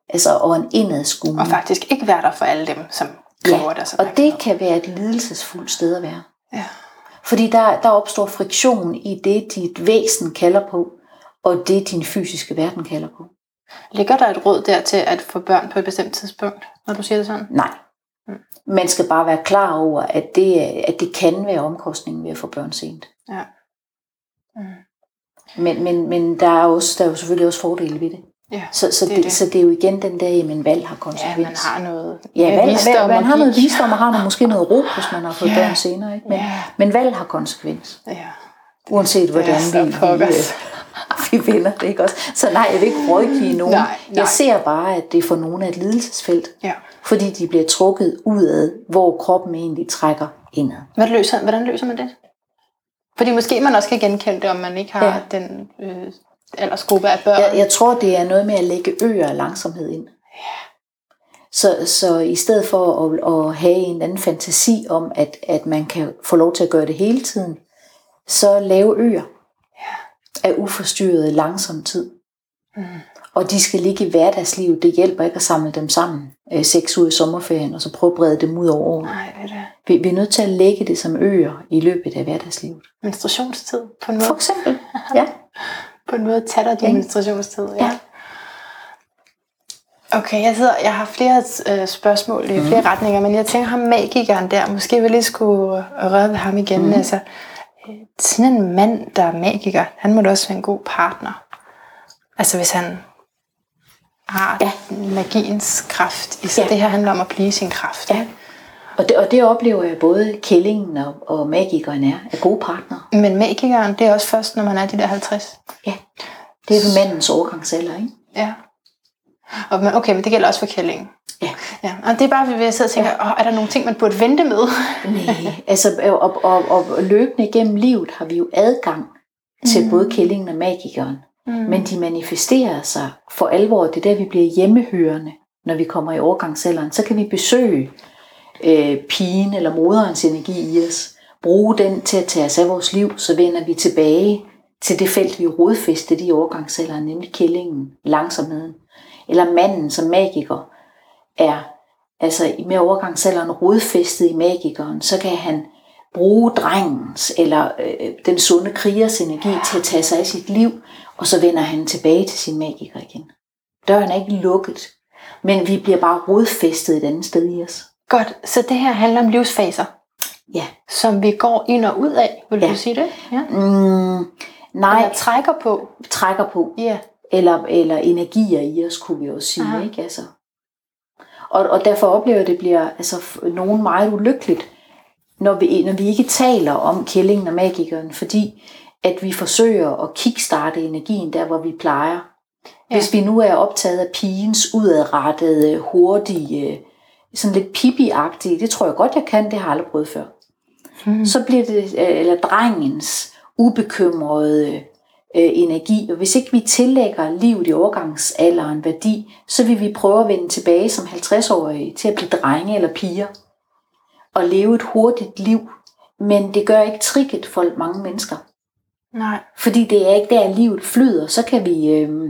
Speaker 2: Altså, og en indadskuende.
Speaker 1: Og faktisk ikke være der for alle dem, som kræver
Speaker 2: ja,
Speaker 1: deres
Speaker 2: og det kan være et lidelsesfuldt sted at være.
Speaker 1: Ja.
Speaker 2: Fordi der, der opstår friktion i det, dit væsen kalder på, og det, din fysiske verden kalder på.
Speaker 1: Ligger der et råd der til at få børn på et bestemt tidspunkt, når du siger det sådan?
Speaker 2: Nej. Man skal bare være klar over, at det, at det kan være omkostningen ved at få børn sent.
Speaker 1: Ja. Mm.
Speaker 2: Men, men, men der, er også, der er jo selvfølgelig også fordele ved det.
Speaker 1: Ja,
Speaker 2: så, så,
Speaker 1: det,
Speaker 2: det,
Speaker 1: det.
Speaker 2: så det er jo igen den der, men valg har konsekvens.
Speaker 1: Ja, man har noget
Speaker 2: ja, valg,
Speaker 1: visdom.
Speaker 2: Valg, man har noget visdom og har noget, måske noget ro, hvis man har fået
Speaker 1: ja.
Speaker 2: børn senere. Ikke? Men,
Speaker 1: ja.
Speaker 2: men valg har konsekvens.
Speaker 1: Ja.
Speaker 2: Uanset hvordan vi, vi, vi vinder det. Ikke også? Så nej, jeg vil ikke rådgive nogen.
Speaker 1: Nej, nej.
Speaker 2: Jeg ser bare, at det er for nogen af et lidelsesfelt.
Speaker 1: Ja.
Speaker 2: Fordi de bliver trukket udad, hvor kroppen egentlig trækker indad.
Speaker 1: Hvad løser, hvordan løser man det? Fordi måske man også kan genkende det, om man ikke har ja. den øh, aldersgruppe af børn.
Speaker 2: Jeg, jeg tror, det er noget med at lægge øer af langsomhed ind.
Speaker 1: Ja.
Speaker 2: Så, så i stedet for at, at have en anden fantasi om, at, at man kan få lov til at gøre det hele tiden, så lave øer ja. af uforstyrret langsom tid. Mm. Og de skal ligge i hverdagslivet. Det hjælper ikke at samle dem sammen øh, seks uger i sommerferien, og så prøve at brede dem ud over året.
Speaker 1: Nej, det er det.
Speaker 2: Vi, vi er nødt til at lægge det som øer i løbet af hverdagslivet.
Speaker 1: Menstruationstid på en måde.
Speaker 2: For eksempel, ja.
Speaker 1: På en måde tatter din menstruationstid, ja. ja. Okay, jeg, sidder, jeg har flere øh, spørgsmål i flere mm. retninger, men jeg tænker ham magikeren der, måske vil lige skulle røre ved ham igen. Mm. Altså, sådan en mand, der er magiker, han må da også være en god partner. Altså hvis han har ja. magiens kraft i sig. Ja. Det her handler om at blive sin kraft.
Speaker 2: Ja. Og, det, og det oplever jeg både kællingen og, og magikeren er, er gode partnere.
Speaker 1: Men magikeren, det er også først, når man er de der halvtreds?
Speaker 2: Ja, det er ved mandens overgangsalder, ikke?
Speaker 1: Ja. Og, okay, men det gælder også for kællingen.
Speaker 2: Ja.
Speaker 1: Ja. Og det er bare, fordi jeg sidder og tænker, ja. er der nogle ting, man burde vente med?
Speaker 2: Nej, altså og, og, og løbende gennem livet har vi jo adgang til mm. både kællingen og magikeren. Mm. Men de manifesterer sig for alvor. Det er der, vi bliver hjemmehørende, når vi kommer i overgangsalderen. Så kan vi besøge øh, pigen eller moderens energi i os. Bruge den til at tage os af vores liv, så vender vi tilbage til det felt, vi er rodfæstet i overgangsalderen, nemlig kællingen, langsomheden. Eller manden som magiker er altså med overgangsalderen rodfæstet i magikeren, så kan han bruge drengens eller øh, den sunde krigers energi til at tage sig af sit liv, og så vender han tilbage til sin magiker igen. Døren er ikke lukket, men vi bliver bare rodfæstet et andet sted i os.
Speaker 1: Godt, så det her handler om livsfaser?
Speaker 2: Ja.
Speaker 1: Som vi går ind og ud af, vil ja. du sige det? Ja.
Speaker 2: Mm, nej.
Speaker 1: Eller trækker på?
Speaker 2: Trækker på.
Speaker 1: Ja.
Speaker 2: Eller, eller energier i os, kunne vi også sige. Ikke? Altså. Og, og derfor oplever jeg, at det bliver altså, nogen meget ulykkeligt, når vi, når vi ikke taler om kællingen og magikeren, fordi at vi forsøger at kickstarte energien der, hvor vi plejer. Ja. Hvis vi nu er optaget af pigens udadrettede, hurtige, sådan lidt Pippi-agtige, det tror jeg godt, jeg kan, det har jeg aldrig prøvet før. Hmm. Så bliver det, eller drengens ubekymrede øh, energi, og hvis ikke vi tillægger livet i overgangsalderen værdi, så vil vi prøve at vende tilbage som halvtreds-årige til at blive drenge eller piger, og leve et hurtigt liv, men det gør ikke tricket for mange mennesker.
Speaker 1: Nej.
Speaker 2: Fordi det er ikke der, livet flyder. Så kan vi øh,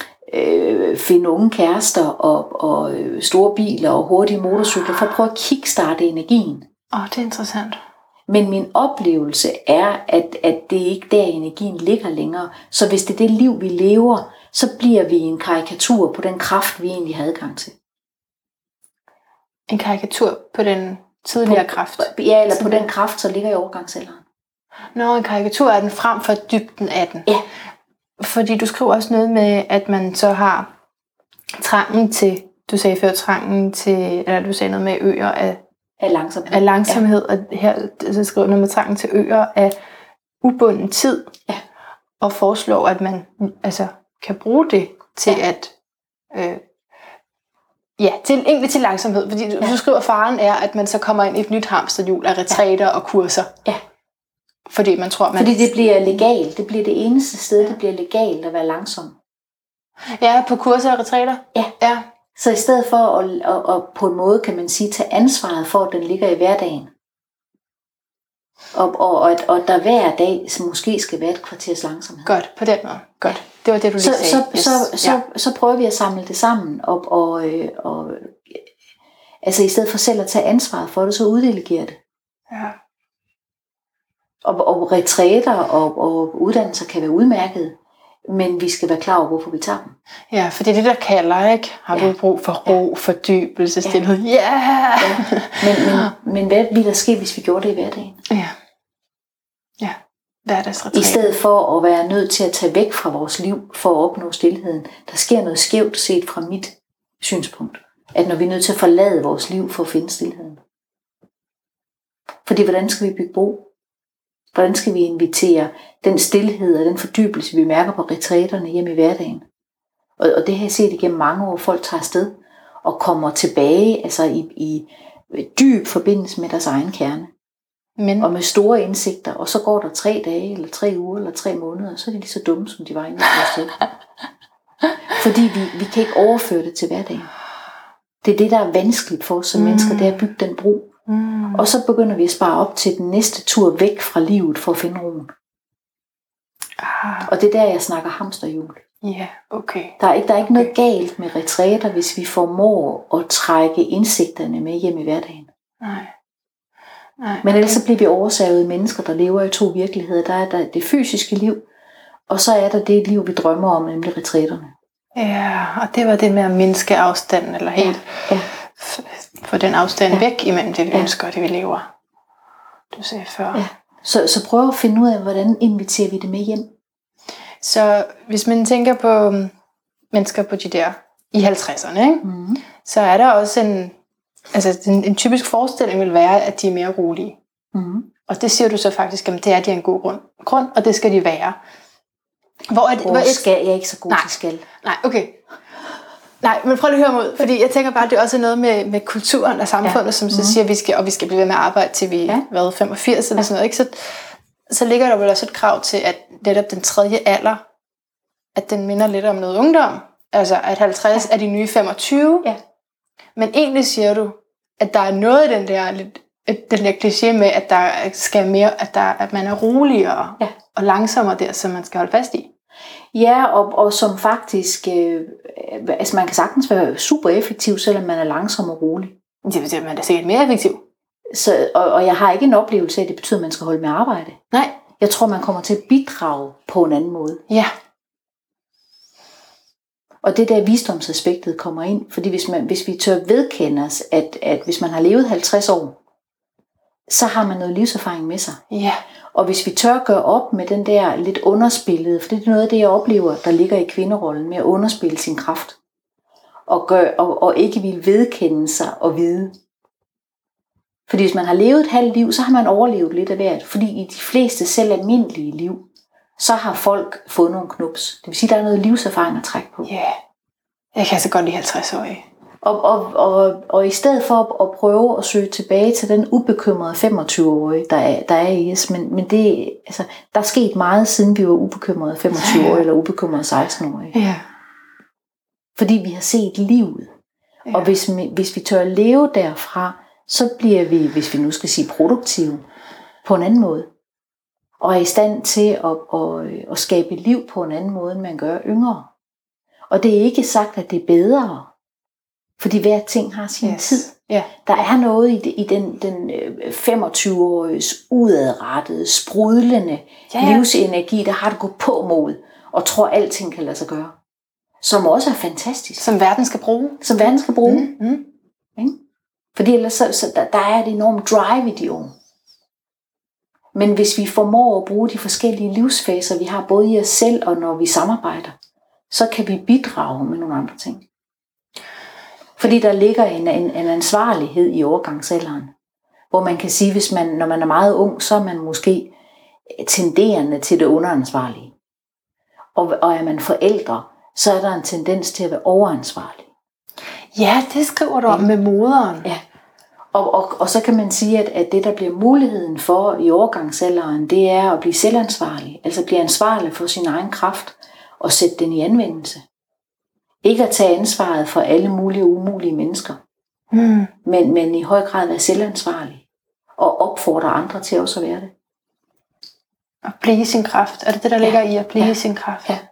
Speaker 2: øh, finde unge kærester og, og store biler og hurtige motorcykler for at prøve at kickstarte energien.
Speaker 1: Åh, oh, det er interessant.
Speaker 2: Men min oplevelse er, at, at det ikke der energien ligger længere. Så hvis det er det liv, vi lever, så bliver vi en karikatur på den kraft, vi egentlig havde adgang til.
Speaker 1: En karikatur på den tidligere
Speaker 2: på,
Speaker 1: kraft?
Speaker 2: Ja, eller på den kraft, så ligger i overgangsalderen.
Speaker 1: Nå, en karikatur er den frem for dybden af den.
Speaker 2: Ja.
Speaker 1: Fordi du skriver også noget med, at man så har trangen til, du sagde før trangen til, eller du sagde noget med øer af,
Speaker 2: af langsomhed.
Speaker 1: Af langsomhed ja. Og her så skriver noget med trangen til øer af ubunden tid.
Speaker 2: Ja.
Speaker 1: Og foreslår, at man altså kan bruge det til
Speaker 2: ja.
Speaker 1: at øh, ja, til, egentlig til langsomhed. Fordi ja. du skriver, at faren er, at man så kommer ind i et nyt hamsterhjul af retræter ja. og kurser.
Speaker 2: Ja.
Speaker 1: Fordi man tror, man...
Speaker 2: Fordi det bliver legalt. Det bliver det eneste sted, det bliver legalt at være langsom.
Speaker 1: Ja, på kurser og retræter.
Speaker 2: Ja.
Speaker 1: ja.
Speaker 2: Så i stedet for at, at, at på en måde, kan man sige, tage ansvaret for, at den ligger i hverdagen, Og, og, og, at, og der hver dag så måske skal være et kvarters langsomhed.
Speaker 1: Godt, på den måde. Godt. Det var det, du lige
Speaker 2: så,
Speaker 1: sagde.
Speaker 2: Så,
Speaker 1: yes.
Speaker 2: så, så, ja. så, så prøver vi at samle det sammen, og, og, og altså i stedet for selv at tage ansvaret for det, så uddelegere det.
Speaker 1: Ja.
Speaker 2: Og, og retræter og, og uddannelser kan være udmærket, men vi skal være klar over, hvorfor vi tager dem.
Speaker 1: Ja, for det er det, der kalder, ikke? Har ja. du brug for ro, ja. fordybelse, stillhed? Ja! Yeah!
Speaker 2: ja. Men, men, men hvad ville der ske, hvis vi gjorde det i hverdagen?
Speaker 1: Ja. Ja, hverdagsretræter.
Speaker 2: I stedet for at være nødt til at tage væk fra vores liv for at opnå stilheden. Der sker noget skævt set fra mit synspunkt. At når vi er nødt til at forlade vores liv for at finde stilheden. Fordi hvordan skal vi bygge bro? Hvordan skal vi invitere den stilhed og den fordybelse, vi mærker på retræterne hjem i hverdagen? Og, og det har jeg set igennem mange år, folk tager afsted og kommer tilbage altså i, i dyb forbindelse med deres egen kerne. Men. Og med store indsigter, og så går der tre dage, eller tre uger, eller tre måneder, og så er de lige så dumme, som de var inden afsted. Fordi vi, vi kan ikke overføre det til hverdagen. Det er det, der er vanskeligt for os som mm. mennesker, det er at bygge den bro. Mm. Og så begynder vi at spare op til den næste tur væk fra livet for at finde roen. Ah. Og det er der, jeg snakker hamsterhjul.
Speaker 1: Ja, yeah, okay.
Speaker 2: Der er ikke, der er ikke noget galt med retræter, hvis vi formår at trække indsigterne med hjem i hverdagen.
Speaker 1: Nej. Nej,
Speaker 2: Men ellers så bliver vi oversaget mennesker, der lever i to virkeligheder. Der er der det fysiske liv, og så er der det liv, vi drømmer om, nemlig retræterne.
Speaker 1: Ja, og det var det med at mindske afstanden, eller helt ja. Ja. få den afstand ja. væk imellem det, vi ja. ønsker, og det, vi lever. Du sagde før. Ja.
Speaker 2: Så, så prøv at finde ud af, hvordan inviterer vi det med hjem.
Speaker 1: Så hvis man tænker på mennesker på de der i halvtredserne, ikke? Mm. så er der også en, altså en, en typisk forestilling vil være, at de er mere rolige. Mm. Og det siger du så faktisk, at det er de af en god grund, grund, og det skal de være. Hvor er det, hvor
Speaker 2: jeg, skal, jeg er ikke så god
Speaker 1: nej,
Speaker 2: til skal.
Speaker 1: Nej, okay. Nej, men prøv lige at høre mig ud, fordi jeg tænker bare, at det er også noget med, med kulturen og samfundet, ja. som så mm. siger, at vi skal, og vi skal blive ved med at arbejde til vi er ja. femogfirs eller ja. sådan noget. Ikke? Så, så ligger der vel også et krav til, at netop den tredje alder, at den minder lidt om noget ungdom. Altså at halvtreds ja. er de nye femogtyve. Ja. Men egentlig siger du, at der er noget i den der, lidt, den der kliché med, at der skal mere, at, der, at man er roligere ja. og langsommere der, som man skal holde fast i.
Speaker 2: Ja, og, og som faktisk, øh, altså man kan sagtens være super effektiv, selvom man er langsom og rolig.
Speaker 1: Det betyder, at man er sikkert mere effektiv.
Speaker 2: Så, og, og jeg har ikke en oplevelse af, at det betyder, at man skal holde med arbejde.
Speaker 1: Nej.
Speaker 2: Jeg tror, man kommer til at bidrage på en anden måde.
Speaker 1: Ja.
Speaker 2: Og det der visdomsaspektet kommer ind, fordi hvis, man, hvis vi tør vedkende os, at, at hvis man har levet halvtreds år, så har man noget livserfaring med sig.
Speaker 1: Ja.
Speaker 2: Og hvis vi tør gøre op med den der lidt underspillede, for det er noget af det, jeg oplever, der ligger i kvinderollen, med at underspille sin kraft. Og, gør, og, og ikke vil vedkende sig og vide. Fordi hvis man har levet et halvt liv, så har man overlevet lidt af hvert. Fordi i de fleste selv almindelige liv, så har folk fået nogle knups. Det vil sige, at der er noget livserfaring at trække på.
Speaker 1: Ja, yeah. Jeg kan så godt lide halvtreds-årige.
Speaker 2: Og, og, og, og i stedet for at, at prøve at søge tilbage til den ubekymrede femogtyve-årige, der er, der er i os, men, men det, altså, der er sket meget, siden vi var ubekymrede femogtyve-årige eller ubekymrede seksten-årige.
Speaker 1: Ja.
Speaker 2: Fordi vi har set livet. Ja. Og hvis vi, hvis vi tør at leve derfra, så bliver vi, hvis vi nu skal sige produktive, på en anden måde. Og er i stand til at, at, at skabe liv på en anden måde, end man gør yngre. Og det er ikke sagt, at det er bedre. Fordi hver ting har sin yes. tid.
Speaker 1: Yeah.
Speaker 2: Der er noget i, det, i den, den femogtyve-åriges udadrettede, sprudlende yeah. livsenergi, der har det gået på mod, og tror, at alting kan lade sig gøre. Som også er fantastisk.
Speaker 1: Som verden skal bruge.
Speaker 2: Som verden skal bruge.
Speaker 1: Mm. Mm.
Speaker 2: Fordi ellers så, så der, der er et enormt drive i de unge. Men hvis vi formår at bruge de forskellige livsfaser, vi har både i os selv og når vi samarbejder, så kan vi bidrage med nogle andre ting. Fordi der ligger en, en, en ansvarlighed i overgangsalderen, hvor man kan sige, hvis man, når man er meget ung, så er man måske tenderende til det underansvarlige. Og, og er man forældre, så er der en tendens til at være overansvarlig.
Speaker 1: Ja, det skriver du om med moderen.
Speaker 2: Ja. Og, og, og så kan man sige, at, at det, der bliver muligheden for i overgangsalderen, det er at blive selvansvarlig. Altså blive ansvarlig for sin egen kraft og sætte den i anvendelse. Ikke at tage ansvaret for alle mulige umulige mennesker, mm. men, men i høj grad være selvansvarlig og opfordre andre til også at være det.
Speaker 3: At blive i sin kraft. Er det det, der
Speaker 2: Ja.
Speaker 3: ligger i at blive
Speaker 2: Ja.
Speaker 3: i sin kraft?
Speaker 2: Ja.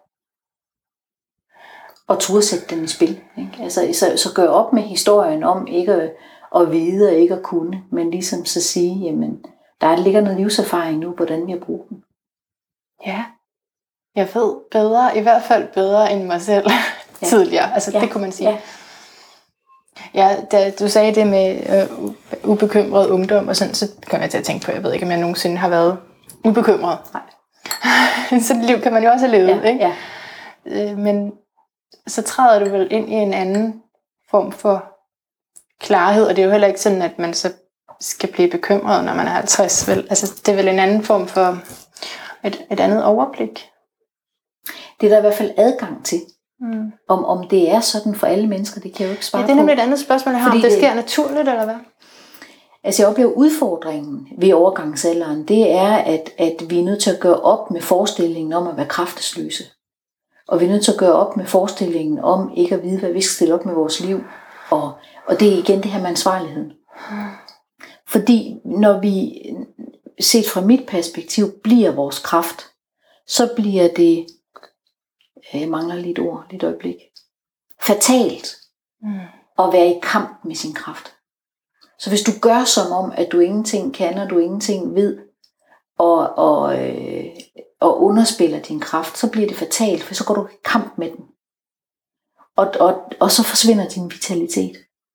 Speaker 2: Og turde sætte den i spil. Ikke? Altså, så, så gør op med historien om ikke at, at vide og ikke at kunne, men ligesom så sige, jamen, der ligger noget livserfaring nu, hvordan vi har brugt den.
Speaker 3: Ja. Jeg ved bedre, i hvert fald bedre end mig selv
Speaker 2: Ja.
Speaker 3: tidligere. Altså
Speaker 2: Ja.
Speaker 3: det kunne man sige.
Speaker 2: Ja.
Speaker 3: Ja, da du sagde det med øh, ubekymret ungdom og sådan, så kom jeg til at tænke på, jeg ved ikke, om jeg nogensinde har været ubekymret.
Speaker 2: Nej.
Speaker 3: Sådan et liv kan man jo også have levet,
Speaker 2: Ja,
Speaker 3: ikke?
Speaker 2: ja.
Speaker 3: Øh, men så træder du vel ind i en anden form for klarhed, og det er jo heller ikke sådan, at man så skal blive bekymret, når man er halvtreds. Vel? Altså, det er vel en anden form for et, et andet overblik.
Speaker 2: Det er der i hvert fald adgang til.
Speaker 3: Mm.
Speaker 2: Om, om det er sådan for alle mennesker, det kan jeg jo ikke svare
Speaker 3: Ja,
Speaker 2: på.
Speaker 3: det er nemlig et andet spørgsmål, jeg har.
Speaker 2: Fordi
Speaker 3: Om det
Speaker 2: det-
Speaker 3: sker naturligt, eller hvad?
Speaker 2: Altså jeg oplever udfordringen ved overgangsalderen, det er, at, at vi er nødt til at gøre op med forestillingen om at være kraftesløse. Og vi er nødt til at gøre op med forestillingen om ikke at vide, hvad vi skal stille op med vores liv. Og, og det er igen det her med ansvarligheden. Fordi når vi, set fra mit perspektiv, bliver vores kraft, så bliver det, jeg mangler lidt ord, lidt øjeblik, fatalt
Speaker 3: Mm.
Speaker 2: at være i kamp med sin kraft. Så hvis du gør som om, at du ingenting kan, og du ingenting ved, og, og, øh, og underspiller din kraft, så bliver det fatalt, for så går du i kamp med den. Og, og, og så forsvinder din vitalitet.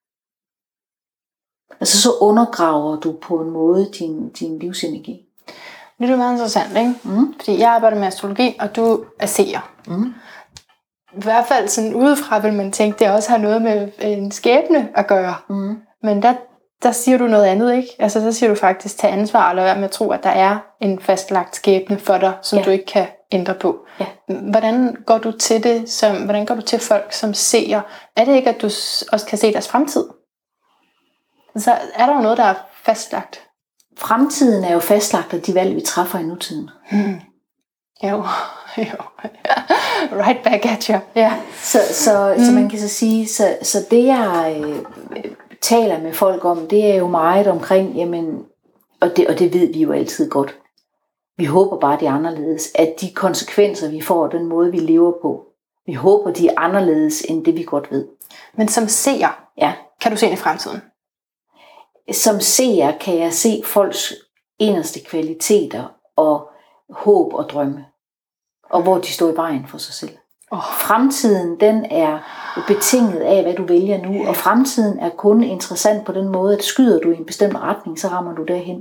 Speaker 2: Altså så undergraver du på en måde din, din livsenergi.
Speaker 3: Det er jo meget interessant, ikke?
Speaker 2: Mm.
Speaker 3: Fordi jeg arbejder med astrologi, og du er seer.
Speaker 2: Mm.
Speaker 3: I hvert fald sådan udefra vil man tænke, det også har noget med en skæbne at gøre.
Speaker 2: Mm.
Speaker 3: Men der, der siger du noget andet, ikke? Altså der siger du faktisk, tag ansvar og lad være med at tro, at der er en fastlagt skæbne for dig, som
Speaker 2: Ja.
Speaker 3: du ikke kan ændre på.
Speaker 2: Ja.
Speaker 3: Hvordan går du til det, som, hvordan går du til folk, som ser? Er det ikke, at du s- også kan se deres fremtid? Så er der jo noget, der er fastlagt.
Speaker 2: Fremtiden er jo fastlagt af de valg, vi træffer i nutiden.
Speaker 3: Hmm. Jo, jo. Right back at you. Ja.
Speaker 2: Så, så, mm. så man kan så sige, så, så det jeg øh, taler med folk om, det er jo meget omkring, jamen, og det, og det ved vi jo altid godt. Vi håber bare, det er anderledes. At de konsekvenser, vi får, den måde, vi lever på, vi håber, de er anderledes, end det vi godt ved.
Speaker 3: Men som seer,
Speaker 2: Ja.
Speaker 3: kan du se ind i fremtiden?
Speaker 2: Som seer kan jeg se folks inderste kvaliteter og håb og drømme. Og hvor de står i vejen for sig selv.
Speaker 3: Oh.
Speaker 2: Fremtiden, den er betinget af, hvad du vælger nu. Og fremtiden er kun interessant på den måde, at skyder du i en bestemt retning, så rammer du derhen.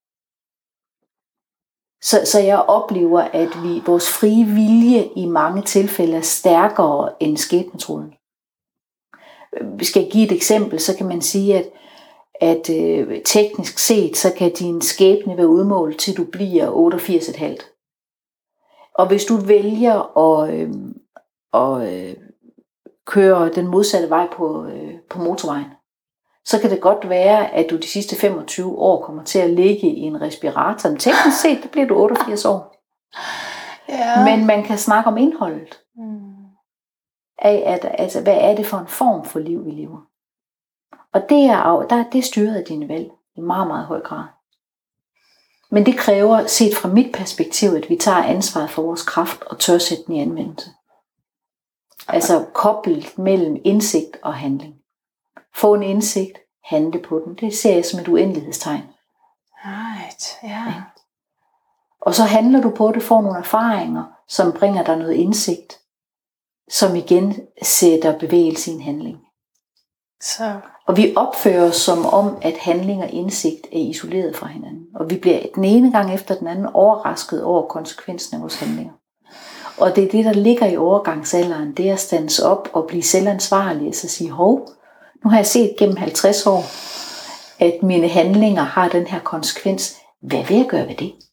Speaker 2: Så, så jeg oplever, at vi, vores frie vilje i mange tilfælde er stærkere end skæbnetråden. Skal jeg give et eksempel, så kan man sige, at, at øh, teknisk set, så kan din skæbne være udmålt til du bliver otteogfirs komma fem. Og hvis du vælger at, øh, at øh, køre den modsatte vej på, øh, på motorvejen, så kan det godt være, at du de sidste femogtyve år kommer til at ligge i en respirator. Men teknisk set, der bliver du otteogfirs år.
Speaker 3: Ja.
Speaker 2: Men man kan snakke om indholdet
Speaker 3: Mm.
Speaker 2: af, at, altså, hvad er det for en form for liv, vi lever. Og det er, der, det er styret af dine valg i meget, meget høj grad. Men det kræver, set fra mit perspektiv, at vi tager ansvaret for vores kraft og tør sætte den i anvendelse. Altså koblet mellem indsigt og handling. Få en indsigt, handle på den. Det ser jeg som et uendelighedstegn.
Speaker 3: Right, ja.
Speaker 2: Ja. Og så handler du på det, får nogle erfaringer, som bringer dig noget indsigt, som igen sætter bevægelse i en handling.
Speaker 3: Så,
Speaker 2: Og vi opfører os som om, at handling og indsigt er isoleret fra hinanden. Og vi bliver den ene gang efter den anden overrasket over konsekvensen af vores handlinger. Og det er det, der ligger i overgangsalderen, det er at stands op og blive selvansvarlig, og så sige, hov, nu har jeg set gennem halvtreds år, at mine handlinger har den her konsekvens. Hvad vil jeg gøre ved det?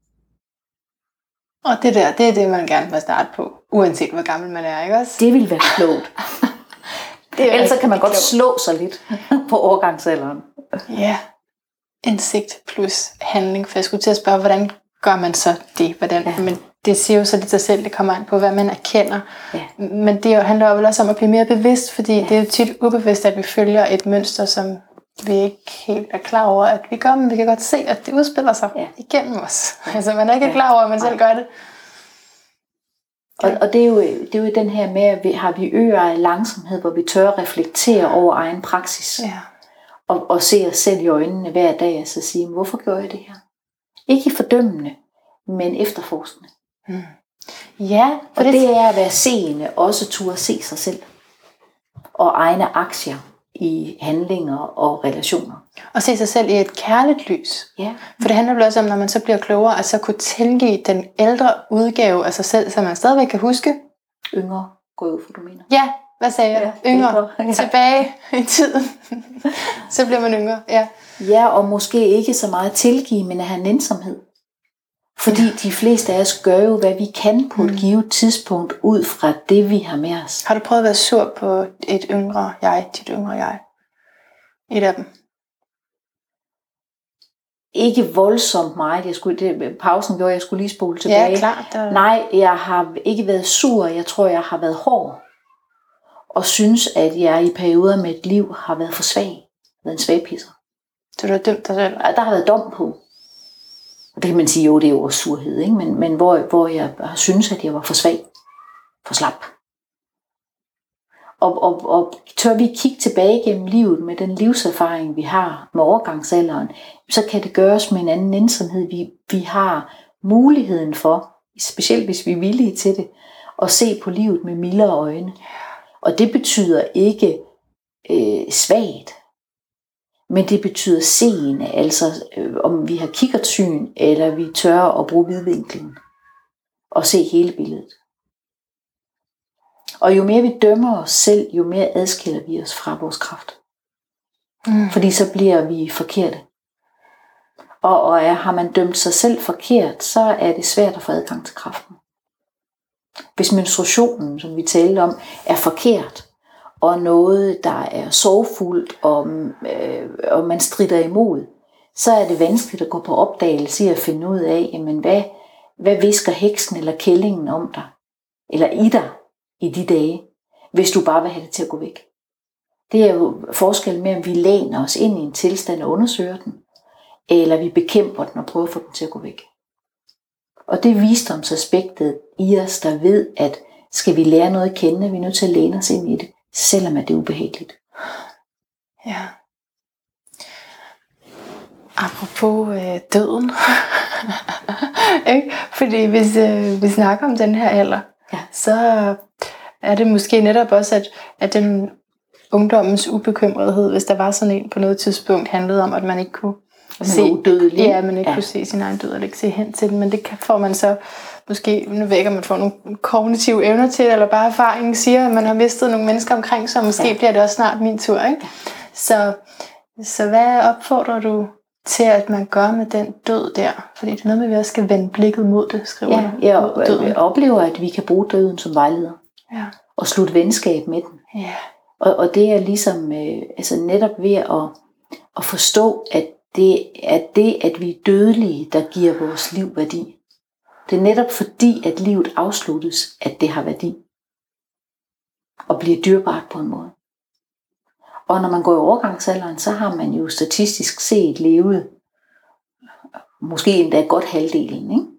Speaker 3: og det der, det er det, man gerne vil starte på, uanset hvor gammel man er, ikke også?
Speaker 2: Det vil være klogt.
Speaker 3: Det er
Speaker 2: Ellers så kan man
Speaker 3: rigtig
Speaker 2: godt
Speaker 3: klogt.
Speaker 2: slå sig lidt på overgangsalderen.
Speaker 3: Ja, indsigt plus handling, for jeg skulle til at spørge, hvordan gør man så det? Hvordan?
Speaker 2: Ja.
Speaker 3: Men det siger jo så lidt sig selv, det kommer an på, hvad man erkender.
Speaker 2: Ja.
Speaker 3: Men det handler jo vel også om at blive mere bevidst, fordi ja. det er jo tit ubevidst, at vi følger et mønster, som vi ikke helt er klar over, at vi gør, men vi kan godt se, at det udspiller sig ja. igennem os. Altså man er ikke ja. klar over, at man selv gør det.
Speaker 2: Og, og det, er jo, det er jo den her med, at vi har vi øger af langsomhed, hvor vi tør reflektere over egen praksis.
Speaker 3: Ja.
Speaker 2: Og, og se os selv i øjnene hver dag, og så sige, hvorfor gør jeg det her? Ikke fordømmende, men efterforskende.
Speaker 3: Mm. Ja,
Speaker 2: for og det, det er at være seende, også turde se sig selv. Og egne aktier i handlinger og relationer.
Speaker 3: Og se sig selv i et kærligt lys.
Speaker 2: Ja.
Speaker 3: For det handler jo også om, når man så bliver klogere, at så kunne tilgive den ældre udgave af sig selv, så man stadigvæk kan huske.
Speaker 2: Yngre, går ud for du mener.
Speaker 3: Ja, hvad sagde jeg? Ja, yngre, ja. Tilbage i tiden. Så bliver man yngre, ja.
Speaker 2: Ja, og måske ikke så meget tilgive, men at have nænsomhed. Fordi ja. de fleste af os gør jo, hvad vi kan på et mm. givet tidspunkt, ud fra det, vi har med os.
Speaker 3: Har du prøvet at være sur på et yngre jeg, dit yngre jeg? Et af dem?
Speaker 2: Ikke voldsomt meget. Jeg skulle, det, pausen gjorde, jeg skulle lige spole tilbage.
Speaker 3: Ja, klart. Der...
Speaker 2: Nej, jeg har ikke været sur. Jeg tror, jeg har været hård. Og synes, at jeg i perioder med et liv har været for svag. Været en svagpisser.
Speaker 3: Så du har dømt dig selv?
Speaker 2: Der har været dom på. Og det kan man sige, jo, det er jo også surhed, ikke? Men, men hvor, hvor jeg har synes, at jeg var for svag. For slap. Og, og, og tør vi kigge tilbage gennem livet med den livserfaring, vi har med overgangsalderen, så kan det gøres med en anden nænsomhed. Vi, vi har muligheden for, specielt hvis vi er villige til det, at se på livet med mildere øjne. Og det betyder ikke øh, svagt, men det betyder seende, altså øh, om vi har kikkertsyn, eller vi tør at bruge vidvinklen og se hele billedet. Og jo mere vi dømmer os selv, jo mere adskiller vi os fra vores kraft. Mm. Fordi så bliver vi forkerte. Og, og er, har man dømt sig selv forkert, så er det svært at få adgang til kraften. Hvis menstruationen, som vi talte om, er forkert, og noget, der er sorgfuldt, og, øh, og man stritter imod, så er det vanskeligt at gå på opdagelse i at finde ud af, jamen hvad, hvad visker heksen eller kællingen om dig, eller i dig, i de dage, hvis du bare vil have det til at gå væk. Det er jo forskel med, om vi læner os ind i en tilstand og undersøger den, eller vi bekæmper den og prøver at få den til at gå væk. Og det er visdomsaspektet i os, der ved, at skal vi lære noget at kende, er vi nødt til at læne os ind i det, selvom det er ubehageligt.
Speaker 3: Ja. Apropos øh, døden. Ikke? Fordi hvis øh, vi snakker om den her alder, ja. Så er det måske netop også, at, at den ungdommens ubekymrethed, hvis der var sådan en på noget tidspunkt, handlede om, at man ikke kunne se,
Speaker 2: udødelig.
Speaker 3: Ja, man ikke ja. kunne se sin egen død, eller ikke se hen til den, men det kan, får man så måske, nu ved jeg ikke, om man får nogle kognitive evner til, eller bare erfaringen siger, at man har mistet nogle mennesker omkring sig, og måske ja. bliver det også snart min tur, ikke? Så, så hvad opfordrer du til, at man gør med den død der? Fordi det er noget med, at vi også skal vende blikket mod det, skriver
Speaker 2: ja, jeg, jeg oplever, at vi kan bruge døden som vejleder.
Speaker 3: Ja.
Speaker 2: Og slutte venskab med den.
Speaker 3: Ja.
Speaker 2: Og, og det er ligesom øh, altså netop ved at, at forstå, at det er det, at vi er dødelige, der giver vores liv værdi. Det er netop fordi, at livet afsluttes, at det har værdi. Og bliver dyrebart på en måde. Og når man går i overgangsalderen, så har man jo statistisk set levet måske endda godt halvdelen, ikke?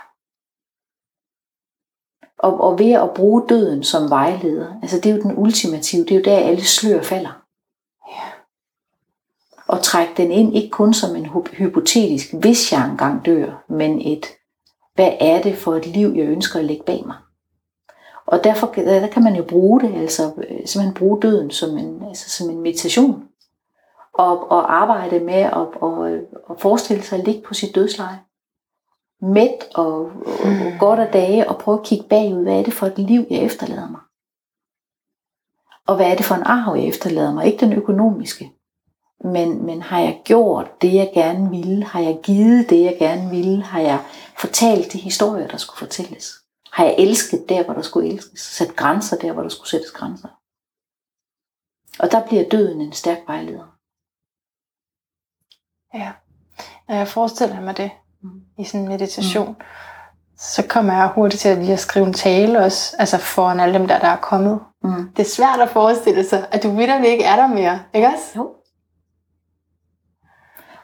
Speaker 2: Og, og ved at bruge døden som vejleder, altså det er jo den ultimative, det er jo der alle slør falder.
Speaker 3: Ja.
Speaker 2: Og trække den ind, ikke kun som en hypotetisk, hvis jeg engang dør, men et, hvad er det for et liv, jeg ønsker at lægge bag mig? Og derfor der kan man jo bruge det, altså simpelthen bruge døden som en, altså som en meditation. Og, og arbejde med at og, og forestille sig at ligge på sit dødsleje. Mæt og, og, og godt af dage, og prøve at kigge bagud, hvad er det for et liv, jeg efterlader mig? Og hvad er det for en arv, jeg efterlader mig? Ikke den økonomiske, men, men har jeg gjort det, jeg gerne ville? Har jeg givet det, jeg gerne ville? Har jeg fortalt de historier, der skulle fortælles? Har jeg elsket der, hvor der skulle elskes? Sat grænser der, hvor der skulle sættes grænser? Og der bliver døden en stærk vejleder.
Speaker 3: Ja, når jeg forestiller mig det mm. i sådan en meditation, mm. så kommer jeg hurtigt til at lige at skrive en tale også, altså foran alle dem der, der er kommet. Mm. Det er svært at forestille sig, at du vitterligt ikke er der mere, ikke også?
Speaker 2: Jo.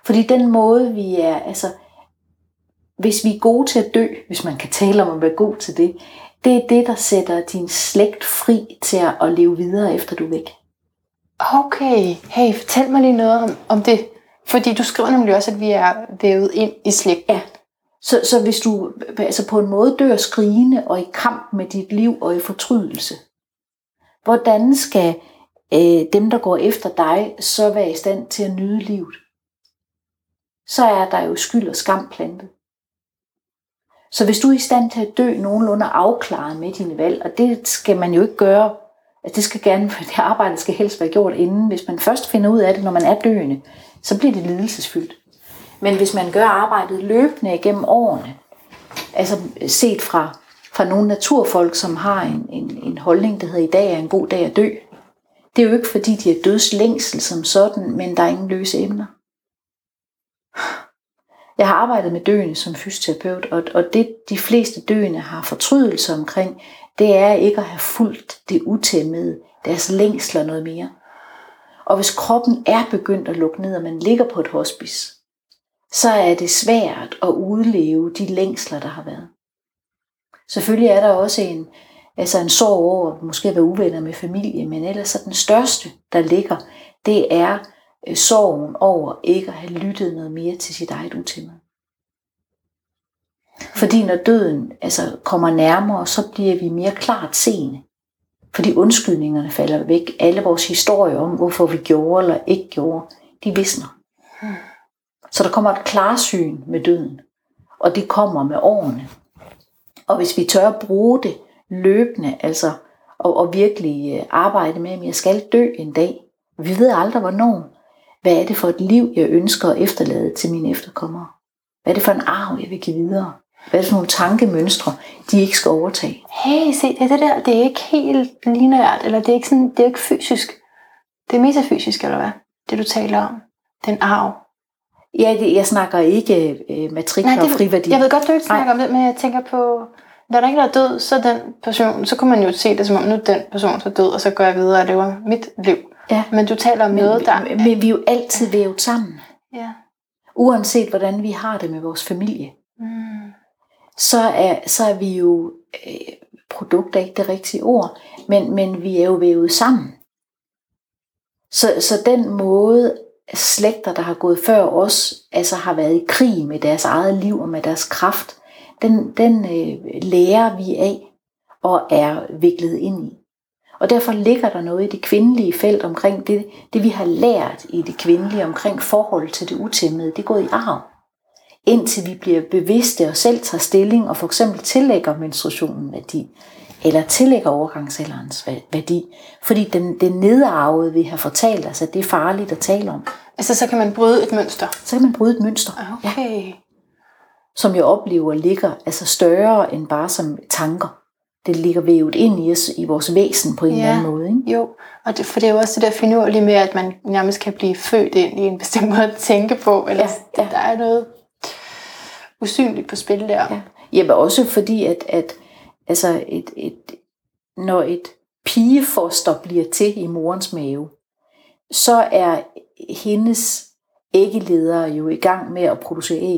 Speaker 2: Fordi den måde, vi er, altså, hvis vi er gode til at dø, hvis man kan tale om at være god til det, det er det, der sætter din slægt fri til at leve videre, efter du er væk.
Speaker 3: Okay, hey, fortæl mig lige noget om, om det. Fordi du skriver nemlig også, at vi er vævet ind i slægten.
Speaker 2: Ja, så, så hvis du altså på en måde dør skrigende og i kamp med dit liv og i fortrydelse, hvordan skal øh, dem, der går efter dig, så være i stand til at nyde livet? Så er der jo skyld og skam plantet. Så hvis du er i stand til at dø nogenlunde afklaret med dine valg, og det skal man jo ikke gøre, at det skal gerne, for det arbejde skal helst være gjort inden. Hvis man først finder ud af det, når man er døende, så bliver det lidelsesfyldt. Men hvis man gør arbejdet løbende igennem årene, altså set fra, fra nogle naturfolk, som har en, en, en holdning, der hedder i dag er en god dag at dø, det er jo ikke fordi, de er dødslængsel som sådan, men der er ingen løse emner. Jeg har arbejdet med døende som fysioterapeut, og, og det de fleste døende har fortrydelse omkring, det er ikke at have fulgt det utæmmede, deres længsler noget mere. Og hvis kroppen er begyndt at lukke ned, og man ligger på et hospice, så er det svært at udleve de længsler, der har været. Selvfølgelig er der også en, altså en sorg over måske at være uvenner med familie, men ellers så den største, der ligger, det er sorgen over ikke at have lyttet noget mere til sit eget utæmmede. Fordi når døden altså, kommer nærmere, så bliver vi mere klart seende. Fordi undskyldningerne falder væk. Alle vores historier om, hvorfor vi gjorde eller ikke gjorde, de visner. Så der kommer et klarsyn med døden. Og det kommer med årene. Og hvis vi tør at bruge det løbende, altså, og, og virkelig arbejde med, at jeg skal dø en dag. Vi ved aldrig hvornår. Hvad er det for et liv, jeg ønsker at efterlade til mine efterkommere? Hvad er det for en arv, jeg vil give videre? Hvad er det for nogle tankemønstre, de ikke skal overtage?
Speaker 3: Hey, se, det, det der, det er ikke helt lineært, eller det er ikke, sådan, det er ikke fysisk. Det er metafysisk, eller hvad? Det du taler om. Den arv.
Speaker 2: Ja, det, jeg snakker ikke øh, matrikler og friværdi.
Speaker 3: Jeg ved godt, du ikke snakker om det, men jeg tænker på, når der ikke er død, så den person, så kunne man jo se det som om, nu er den person så død, og så går jeg videre, og det var mit liv. Ja. Men du taler om men, noget, der...
Speaker 2: Men, men vi er jo altid vævet sammen.
Speaker 3: Ja.
Speaker 2: Uanset hvordan vi har det med vores familie. Mm. Så, er, så er vi jo... Øh, produkt er ikke det rigtige ord, men, men vi er jo vævet sammen. Så, så den måde, slægter, der har gået før os, altså har været i krig med deres eget liv og med deres kraft, den, den øh, lærer vi af og er viklet ind i. Og derfor ligger der noget i det kvindelige felt omkring det, det vi har lært i det kvindelige omkring forhold til det utæmmede. Det er gået i arv. Indtil vi bliver bevidste og selv tager stilling og for eksempel tillægger menstruationen værdi. Eller tillægger overgangsalderens værdi. Fordi den, den nedarvede, vi har fortalt os, at det er farligt at tale om.
Speaker 3: Altså så kan man bryde et mønster?
Speaker 2: Så kan man bryde et mønster,
Speaker 3: okay.
Speaker 2: Ja. Som jeg oplever ligger altså større end bare som tanker. Det ligger vævet ind i os, i vores væsen på en ja. eller anden måde. Ikke?
Speaker 3: Jo, og det, for det er jo også det der finurlige med, at man nærmest kan blive født ind i en bestemt måde at tænke på. Eller ja, ja. Der er noget usynligt på spil der.
Speaker 2: Ja, ja også fordi, at, at altså et, et, når et pigefoster bliver til i morens mave, så er hendes æggeledere jo i gang med at producere æg.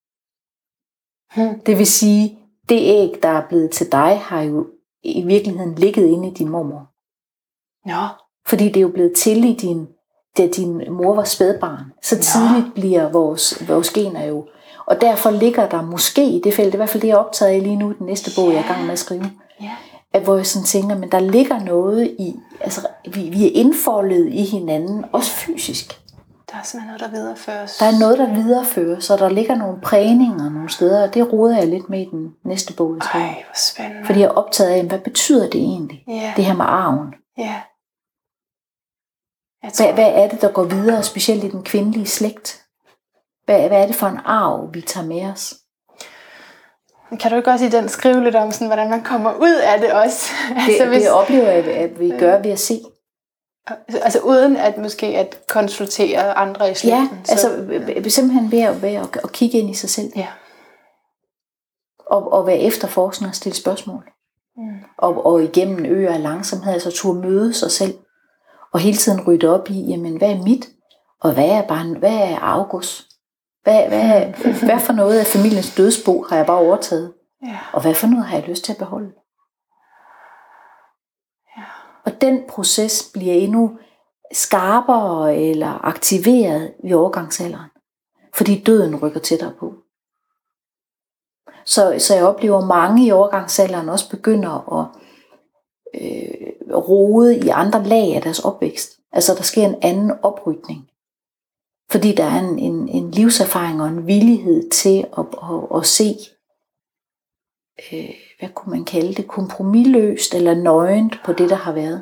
Speaker 2: Hmm. Det vil sige, det æg, der er blevet til dig, har jo i virkeligheden ligget inde i din mormor.
Speaker 3: Ja.
Speaker 2: Fordi det er jo blevet til i din, da din mor var spædbarn. Så tidligt ja. bliver vores, vores gener jo. Og derfor ligger der måske i det felt, det er i hvert fald det, jeg er optaget af lige nu, den næste bog, yeah. jeg er i gang med at skrive. Yeah. At hvor jeg sådan tænker, men der ligger noget i, altså vi, vi er indfoldet i hinanden, også fysisk.
Speaker 3: Der er simpelthen noget, der videreføres.
Speaker 2: Der er noget, der videreføres, så der ligger nogle prægninger nogle steder, og det roder jeg lidt med i den næste bog, jeg skriver.
Speaker 3: Ej, hvor spændende.
Speaker 2: Fordi jeg er optaget af, hvad betyder det egentlig,
Speaker 3: yeah.
Speaker 2: det her med arven?
Speaker 3: Yeah.
Speaker 2: Hvad, hvad er det, der går videre, specielt i den kvindelige slægt? Hvad, hvad er det for en arv, vi tager med os?
Speaker 3: Kan du ikke også i den skrive lidt om, sådan, hvordan man kommer ud af det også?
Speaker 2: Det, altså, hvis, det oplever jeg, at vi gør ved at se.
Speaker 3: Altså uden at måske at konsultere andre i slægten?
Speaker 2: Ja, altså ja. simpelthen ved at, ved at, at kigge ind i sig selv.
Speaker 3: Ja.
Speaker 2: Og, og være efterforskende og stille spørgsmål. Mm. Og, og igennem øer og langsomhed, altså turde møde sig selv. Og hele tiden rydde op i, jamen hvad er mit? Og hvad er, bare, hvad er August? Hvad, hvad, hvad for noget af familiens dødsbo har jeg bare overtaget?
Speaker 3: Ja.
Speaker 2: Og hvad for noget har jeg lyst til at beholde?
Speaker 3: Ja.
Speaker 2: Og den proces bliver endnu skarpere eller aktiveret i overgangsalderen. Fordi døden rykker tættere på. Så, så jeg oplever mange i overgangsalderen også begynder at øh, rode i andre lag af deres opvækst. Altså der sker en anden oprydning. Fordi der er en, en, en livserfaring og en villighed til at, at, at se, øh, hvad kunne man kalde det, kompromisløst eller nøgent på det, der har været.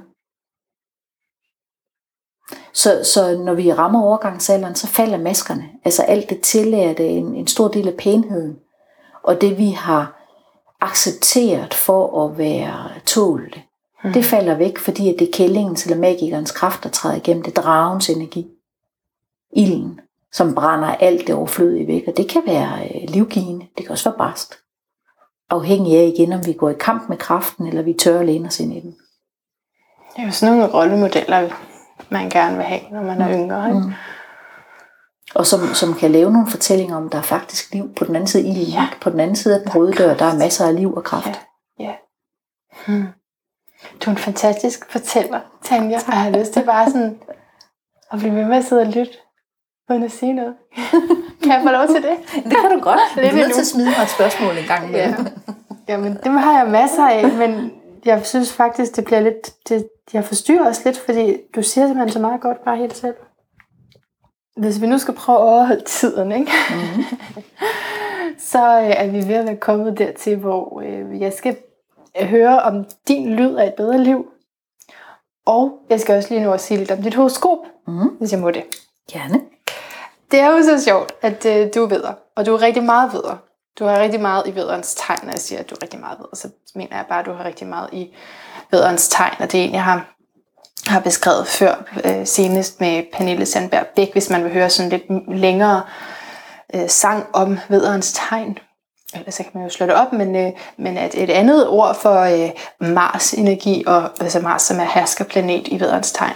Speaker 2: Så, så når vi rammer overgangsalderen, så falder maskerne. Altså alt det tillærte, en, en stor del af pænheden. Og det vi har accepteret for at være tålte, mm. det falder væk, fordi at det er kællingens eller magikernes kraft, der træder igennem. Det er dragens energi. Ilden, som brænder alt det overflødige væk. Og det kan være øh, livgivende, det kan også være barst. Afhængig af igen, om vi går i kamp med kraften, eller vi tør at læne os ind i den.
Speaker 3: Det er jo sådan nogle rollemodeller, man gerne vil have, når man er yngre. Ikke? Mm.
Speaker 2: Og som, som kan lave nogle fortællinger om, der er faktisk liv på den anden side i ilden. Ja. På den anden side af brøddør, der er masser af liv og kraft.
Speaker 3: Ja. Ja. Hmm. Du er en fantastisk fortæller, Tanja. Og jeg har lyst til bare sådan at blive ved med at sidde og lytte, uden at sige noget. Kan jeg få lov til det?
Speaker 2: Det kan du godt. Du er nødt til at smide mig et spørgsmål en gang imellem.
Speaker 3: Ja. Jamen, det har jeg masser af, men jeg synes faktisk, det bliver lidt, det, jeg forstyrrer os lidt, fordi du siger simpelthen så meget godt bare helt selv. Hvis vi nu skal prøve at overholde tiden, ikke? Mm-hmm. så er vi ved at være kommet dertil, hvor øh, jeg skal høre om din lyd af et bedre liv. Og jeg skal også lige nu at sige lidt om dit horoskop, mm-hmm. hvis jeg må det.
Speaker 2: Gerne.
Speaker 3: Det er jo så sjovt, at øh, du er vædder, og du er rigtig meget vædder. Du har rigtig meget i vædderens tegn, når jeg siger, at du er rigtig meget vædder, så mener jeg bare, at du har rigtig meget i vædderens tegn, og det er en, jeg har, har beskrevet før, øh, senest med Pernille Sandberg Bæk, hvis man vil høre sådan lidt længere øh, sang om vædderens tegn. Ellers så kan man jo slå det op, men, øh, men at et andet ord for øh, Mars-energi, og, altså Mars, som er herskerplanet i vædderens tegn,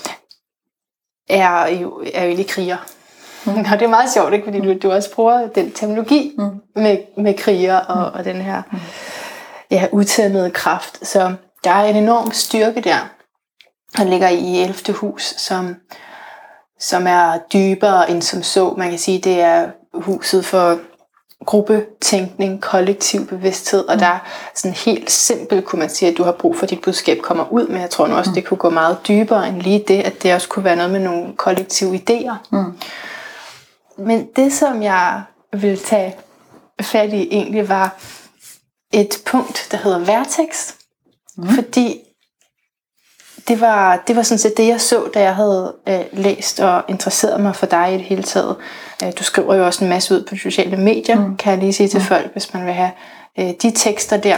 Speaker 3: er jo, er jo egentlig kriger. Mm. Og det er meget sjovt, ikke? Fordi du, du også bruger den terminologi mm. med, med kriger og, og den her mm. ja, utæmmede kraft. Så der er en enorm styrke der, der ligger i ellevte hus, som, som er dybere end som så. Man kan sige, det er huset for gruppetænkning, kollektiv bevidsthed, og der er sådan helt simpelt, kunne man sige, at du har brug for, at dit budskab kommer ud, men jeg tror nu også, det kunne gå meget dybere end lige det, at det også kunne være noget med nogle kollektive idéer. Mm. Men det, som jeg ville tage fat i, egentlig var et punkt, der hedder vertex, mm. fordi det var, det var sådan set det, jeg så, da jeg havde øh, læst og interesseret mig for dig i det hele taget. Øh, du skriver jo også en masse ud på sociale medier, mm. kan jeg lige sige til mm. folk, hvis man vil have øh, de tekster der.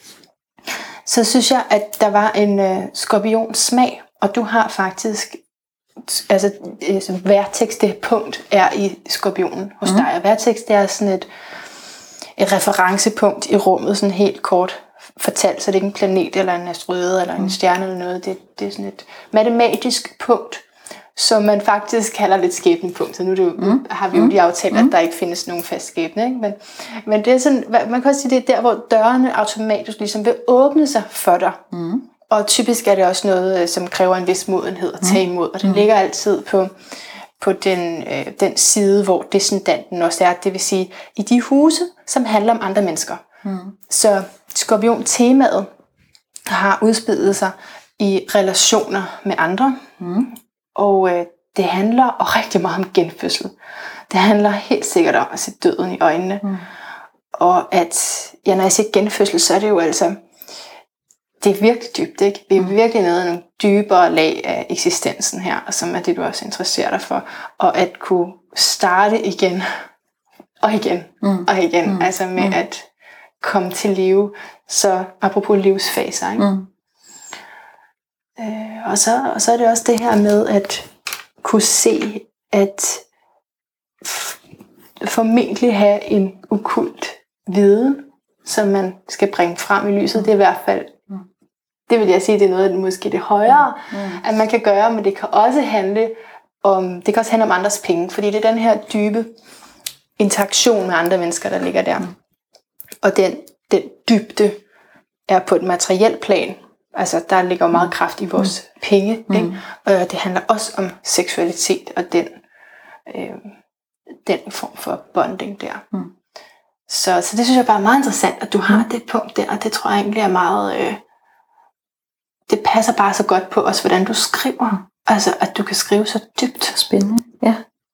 Speaker 3: Så synes jeg, at der var en øh, skorpionsmag, og du har faktisk, altså øh, vertex, det punkt er i skorpionen hos mm. dig, og vertex, det er sådan et, et referencepunkt i rummet, sådan helt kort fortalt, så det er ikke en planet eller en asteroide eller en stjerne eller noget. Det, det er sådan et matematisk punkt, som man faktisk kalder lidt skæbnepunkt. Så nu, det jo, mm. har vi jo lige aftalt, mm. at der ikke findes nogen fast skæbne. Ikke? Men, men det er sådan, man kan også sige, det er der, hvor dørene automatisk ligesom vil åbne sig for dig. Mm. Og typisk er det også noget, som kræver en vis modenhed at tage imod. Og den ligger altid på, på den, øh, den side, hvor descendanten også er. Det vil sige, i de huse, som handler om andre mennesker. Mm. Så skorpion-temaet har udspillet sig i relationer med andre. Mm. Og øh, det handler og rigtig meget om genfødsel. Det handler helt sikkert om at se døden i øjnene. Mm. Og at, ja, når jeg siger genfødsel, så er det jo altså, det er virkelig dybt, ikke? Vi er mm. virkelig nede i nogle dybere lag af eksistensen her, og som er det, du også interesserer dig for. Og at kunne starte igen, og igen, mm. og igen. Mm. Altså med mm. at komme til live, så apropos livsfaser, ikke? Mm. Øh, og, så, og så er det også det her med at kunne se, at f- formentlig have en okkult viden, som man skal bringe frem i lyset. Det er i hvert fald, mm. det vil jeg sige, det er noget af det, måske det højere, mm. at man kan gøre, men det kan også handle om, det kan også handle om andres penge, fordi det er den her dybe interaktion med andre mennesker, der ligger der. Og den, den dybde er på et materielt plan. Altså, der ligger meget kraft i vores mm. penge. Mm. Ikke? Og det handler også om seksualitet og den, øh, den form for bonding der. Mm. Så, så det synes jeg bare er meget interessant, at du har mm. det punkt der, og det tror jeg egentlig er meget... Øh, det passer bare så godt på os, hvordan du skriver. Altså, at du kan skrive så dybt.
Speaker 2: Spændende, ja.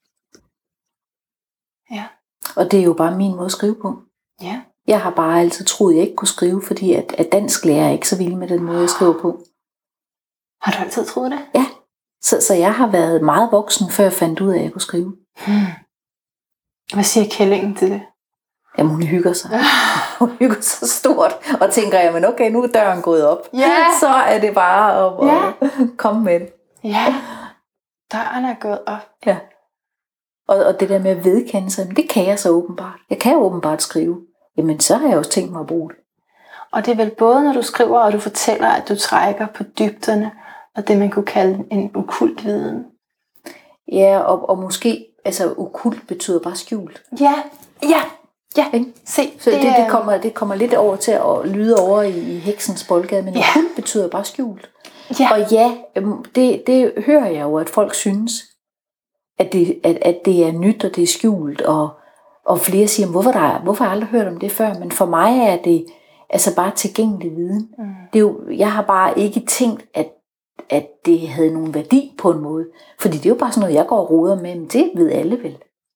Speaker 3: Ja.
Speaker 2: Og det er jo bare min måde at skrive på.
Speaker 3: Ja.
Speaker 2: Jeg har bare altid troet, at jeg ikke kunne skrive, fordi at, at dansk lærer er ikke så vild med den måde, jeg skriver på.
Speaker 3: Har du altid troet det?
Speaker 2: Ja. Så, så jeg har været meget voksen, før jeg fandt ud af, at jeg kunne skrive.
Speaker 3: Hmm. Hvad siger kællingen til det?
Speaker 2: Jamen, hun hygger sig. Hun hygger sig stort, og tænker, jamen okay, nu er døren gået op.
Speaker 3: Ja.
Speaker 2: Så er det bare at,
Speaker 3: Ja.
Speaker 2: at komme med det.
Speaker 3: Ja, døren er gået op.
Speaker 2: Ja. Og, og det der med at vedkende sig, det kan jeg så åbenbart. Jeg kan åbenbart skrive. Jamen, så har jeg også tænkt mig at bruge det.
Speaker 3: Og det er vel både, når du skriver, og du fortæller, at du trækker på dybderne, og det, man kunne kalde en okkult viden.
Speaker 2: Ja, og, og måske, altså okkult betyder bare skjult.
Speaker 3: Ja, ja, ja.
Speaker 2: Ikke?
Speaker 3: Se,
Speaker 2: så det, det, det, kommer, det kommer lidt over til at lyde over i, i heksens boldgade, men ja. Okkult betyder bare skjult.
Speaker 3: Ja.
Speaker 2: Og ja, det, det hører jeg jo, at folk synes, at det, at, at det er nyt, og det er skjult, og, og flere siger, hvorfor, der, hvorfor har jeg aldrig hørt om det før? Men for mig er det altså bare tilgængelig viden. Mm. Det er jo, jeg har bare ikke tænkt, at, at det havde nogen værdi på en måde. Fordi det er jo bare sådan noget, jeg går og roder med, men det ved alle vel.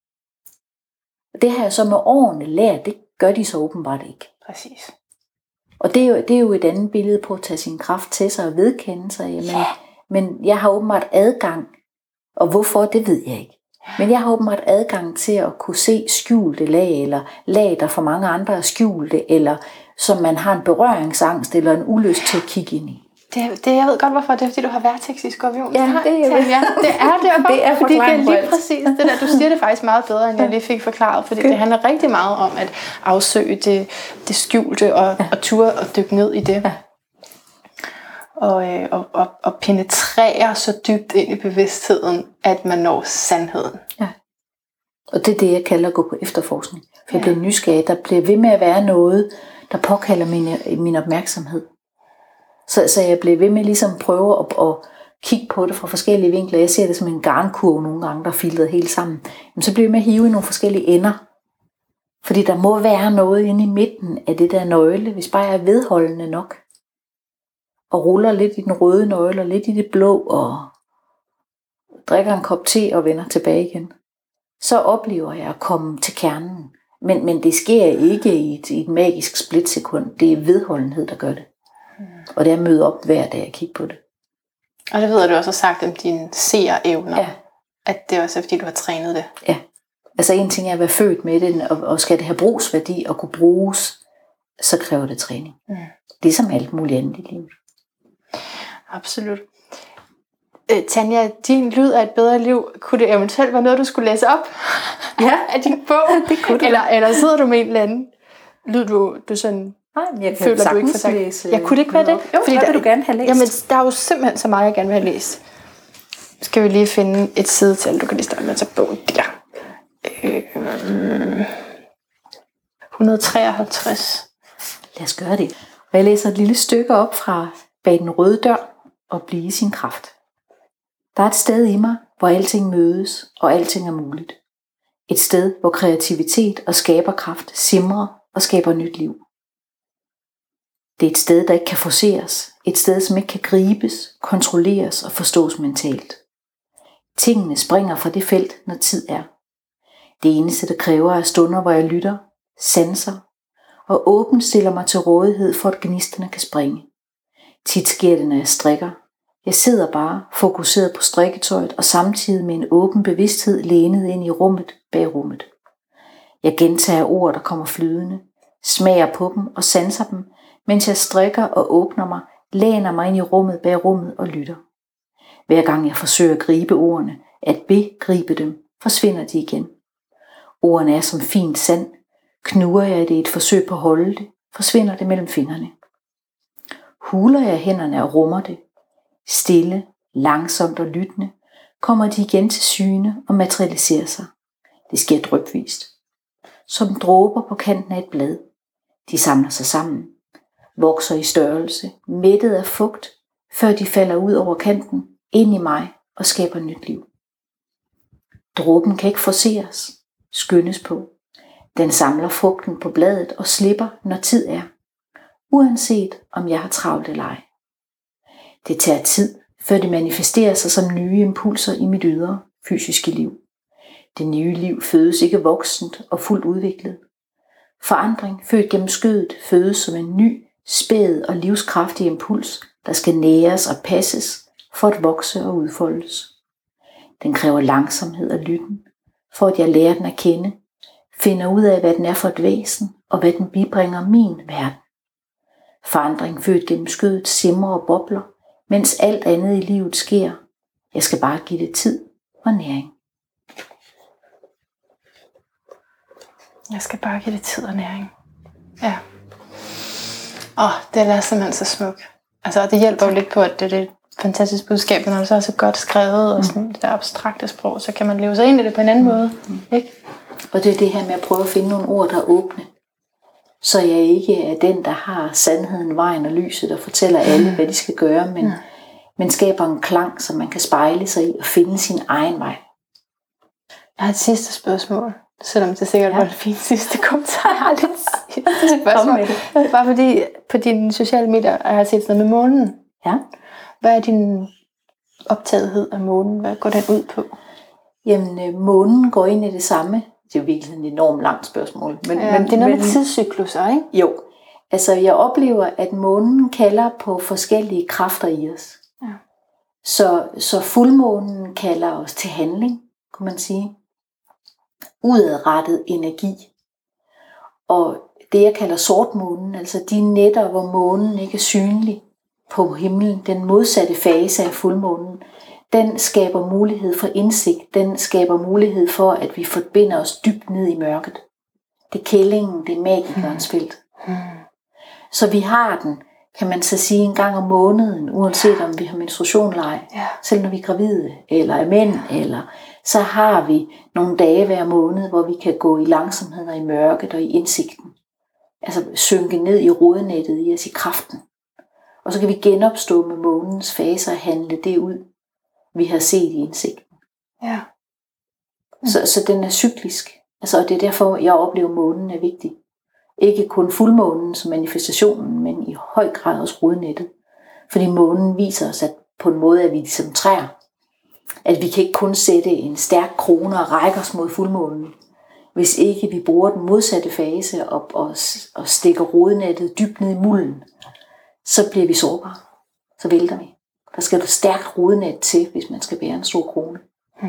Speaker 2: Det har jeg så med årene lært, det gør de så åbenbart ikke.
Speaker 3: Præcis.
Speaker 2: Og det er, jo, det er jo et andet billede på at tage sin kraft til sig og vedkende sig. Jamen,
Speaker 3: Ja.
Speaker 2: Men jeg har åbenbart adgang, og hvorfor, det ved jeg ikke. Men jeg har åbenbart adgang til at kunne se skjulte lag, eller lag, der for mange andre er skjulte, eller som man har en berøringsangst, eller en ulyst til at kigge ind i.
Speaker 3: Det, det, jeg ved godt, hvorfor. Det er, fordi du har vertex i skorpion.
Speaker 2: Ja, det er jo-
Speaker 3: ja, det er derfor,
Speaker 2: Det er
Speaker 3: fordi det er
Speaker 2: forklaringen på
Speaker 3: lige
Speaker 2: alt.
Speaker 3: præcis det der. Du siger det faktisk meget bedre, end jeg lige fik forklaret, fordi
Speaker 2: Okay.
Speaker 3: det handler rigtig meget om at afsøge det, det skjulte, og, ja. og ture og dykke ned i det.
Speaker 2: Ja.
Speaker 3: Og, øh, og, og, og penetrere så dybt ind i bevidstheden, at man når sandheden.
Speaker 2: Ja. Og det er det, jeg kalder at gå på efterforskning. For jeg
Speaker 3: Ja.
Speaker 2: bliver nysgerrig. Der bliver ved med at være noget, der påkalder min, min opmærksomhed. Så, så jeg bliver ved med ligesom at prøve at, at kigge på det fra forskellige vinkler. Jeg ser det som en garnkurve nogle gange, der er filtret helt sammen. Men så bliver jeg med at hive i nogle forskellige ender. Fordi der må være noget inde i midten af det der nøgle, hvis bare jeg er vedholdende nok. Og ruller lidt i den røde nøgle, og lidt i det blå, og drikker en kop te og vender tilbage igen. Så oplever jeg at komme til kernen. Men, men det sker ikke i et, i et magisk splitsekund. Det er vedholdenhed, der gør det. Og det er at møde op hver dag og kigge på det.
Speaker 3: Og det ved jeg, du også har sagt om dine seerevner.
Speaker 2: Ja.
Speaker 3: At det også er, fordi du har trænet det.
Speaker 2: Ja. Altså en ting er at være født med det, og, og skal det have brugsværdi og kunne bruges, så kræver det træning.
Speaker 3: Mm.
Speaker 2: Ligesom alt muligt andet i livet.
Speaker 3: Absolut. Øh, Tanja, din lyd af et bedre liv, kunne det eventuelt være noget, du skulle læse op
Speaker 2: Ja.
Speaker 3: af din bog?
Speaker 2: Det kunne det.
Speaker 3: Eller, eller sidder du med en eller anden lyd, du, du sådan
Speaker 2: Nej, men jeg kan
Speaker 3: føler, du
Speaker 2: sagtens
Speaker 3: ikke får sagt?
Speaker 2: læse.
Speaker 3: Ja, kunne det ikke være det?
Speaker 2: Jo, Fordi hvad
Speaker 3: der,
Speaker 2: vil du gerne have læst?
Speaker 3: Jamen, der er jo simpelthen så meget, jeg gerne vil have læst. Skal vi lige finde et sidetal, du kan lige starte med at tage bogen der. Øh, et hundrede treoghalvtreds.
Speaker 2: Lad os gøre det. Og jeg læser et lille stykke op fra Bag den røde dør og Blive i sin kraft. Der er et sted i mig, hvor alting mødes, og alting er muligt. Et sted, hvor kreativitet og skaberkraft simrer og skaber nyt liv. Det er et sted, der ikke kan forceres. Et sted, som ikke kan gribes, kontrolleres og forstås mentalt. Tingene springer fra det felt, når tid er. Det eneste, der kræver, er stunder, hvor jeg lytter, sanser og åbent stiller mig til rådighed for, at gnisterne kan springe. Tit sker det, når jeg strikker. Jeg sidder bare fokuseret på strikketøjet og samtidig med en åben bevidsthed lænet ind i rummet bag rummet. Jeg gentager ord, der kommer flydende, smager på dem og sanser dem, mens jeg strikker og åbner mig, læner mig ind i rummet bag rummet og lytter. Hver gang jeg forsøger at gribe ordene, at begribe dem, forsvinder de igen. Ordene er som fint sand. Knuger jeg det i et forsøg på at holde det, forsvinder det mellem fingrene. Huler jeg hænderne og rummer det, stille, langsomt og lyttende, kommer de igen til syne og materialiserer sig. Det sker drypvist. som dråber på kanten af et blad. De samler sig sammen, vokser i størrelse, mættet af fugt, før de falder ud over kanten, ind i mig og skaber nyt liv. Dråben kan ikke forceres, skyndes på. Den samler frugten på bladet og slipper, når tid er, uanset om jeg har travlt eller ej. Det tager tid, før det manifesterer sig som nye impulser i mit ydre, fysiske liv. Det nye liv fødes ikke voksent og fuldt udviklet. Forandring født gennem skødet fødes som en ny, spæd og livskraftig impuls, der skal næres og passes for at vokse og udfoldes. Den kræver langsomhed og lytten, for at jeg lærer den at kende, finder ud af, hvad den er for et væsen, og hvad den bibringer min verden. Forandring født gennem skødet simrer og bobler, mens alt andet i livet sker. Jeg skal bare give det tid og næring.
Speaker 3: Jeg skal bare give det tid og næring. Ja. Åh, det er simpelthen så smuk. Altså, det hjælper jo lidt på, at det er et fantastisk budskab, når det så er så godt skrevet, og sådan det der abstrakte sprog, så kan man leve sig ind i det på en anden mm. måde. Ikke?
Speaker 2: Og det er det her med at prøve at finde nogle ord, der er åbne. Så jeg ikke er den, der har sandheden, vejen og lyset, der fortæller alle, hvad de skal gøre, men, mm. men skaber en klang, som man kan spejle sig i og finde sin egen vej.
Speaker 3: Jeg har et sidste spørgsmål, selvom det sikkert ja. var en fin sidste kommentar. Jeg har lidt sidste spørgsmål. Det er bare fordi, på dine sociale medier har jeg set sådan noget med månen.
Speaker 2: Ja.
Speaker 3: Hvad er din optagethed af månen? Hvad går den ud på?
Speaker 2: Jamen, månen går ind i det samme. Det er jo virkelig et enormt langt spørgsmål. Men,
Speaker 3: ja,
Speaker 2: men,
Speaker 3: det er noget
Speaker 2: men,
Speaker 3: med tidscykluser, ikke?
Speaker 2: Jo. Altså, jeg oplever, at månen kalder på forskellige kræfter i os. Ja. Så, så fuldmånen kalder os til handling, kunne man sige. Udadrettet energi. Og det, jeg kalder sortmånen, altså de nætter, hvor månen ikke er synlig på himlen, den modsatte fase af fuldmånen, den skaber mulighed for indsigt, den skaber mulighed for, at vi forbinder os dybt ned i mørket. Det er kællingen, det er magikernes felt. Så vi har den, kan man så sige, en gang om måneden, uanset om vi har menstruation eller ej, selv når vi er gravide, eller er mænd, eller så har vi nogle dage hver måned, hvor vi kan gå i langsomhed og i mørket og i indsigten. Altså synke ned i rodnettet i os i kraften. Og så kan vi genopstå med månens faser og handle det ud, vi har set i indsigten.
Speaker 3: Ja.
Speaker 2: Mm. Så, så den er cyklisk. Altså, og det er derfor, jeg oplever, at månen er vigtig. Ikke kun fuldmånen som manifestationen, men i høj grad også rodnettet. Fordi månen viser os, at på en måde er vi ligesom træer. At vi kan ikke kun sætte en stærk krone og række os mod fuldmånen, hvis ikke vi bruger den modsatte fase og, og, og stikker rodnettet dybt ned i mulden. Så bliver vi sårbare. Så vælter vi. Der skal et stærkt rodnet til, hvis man skal bære en stor krone.
Speaker 3: Hmm.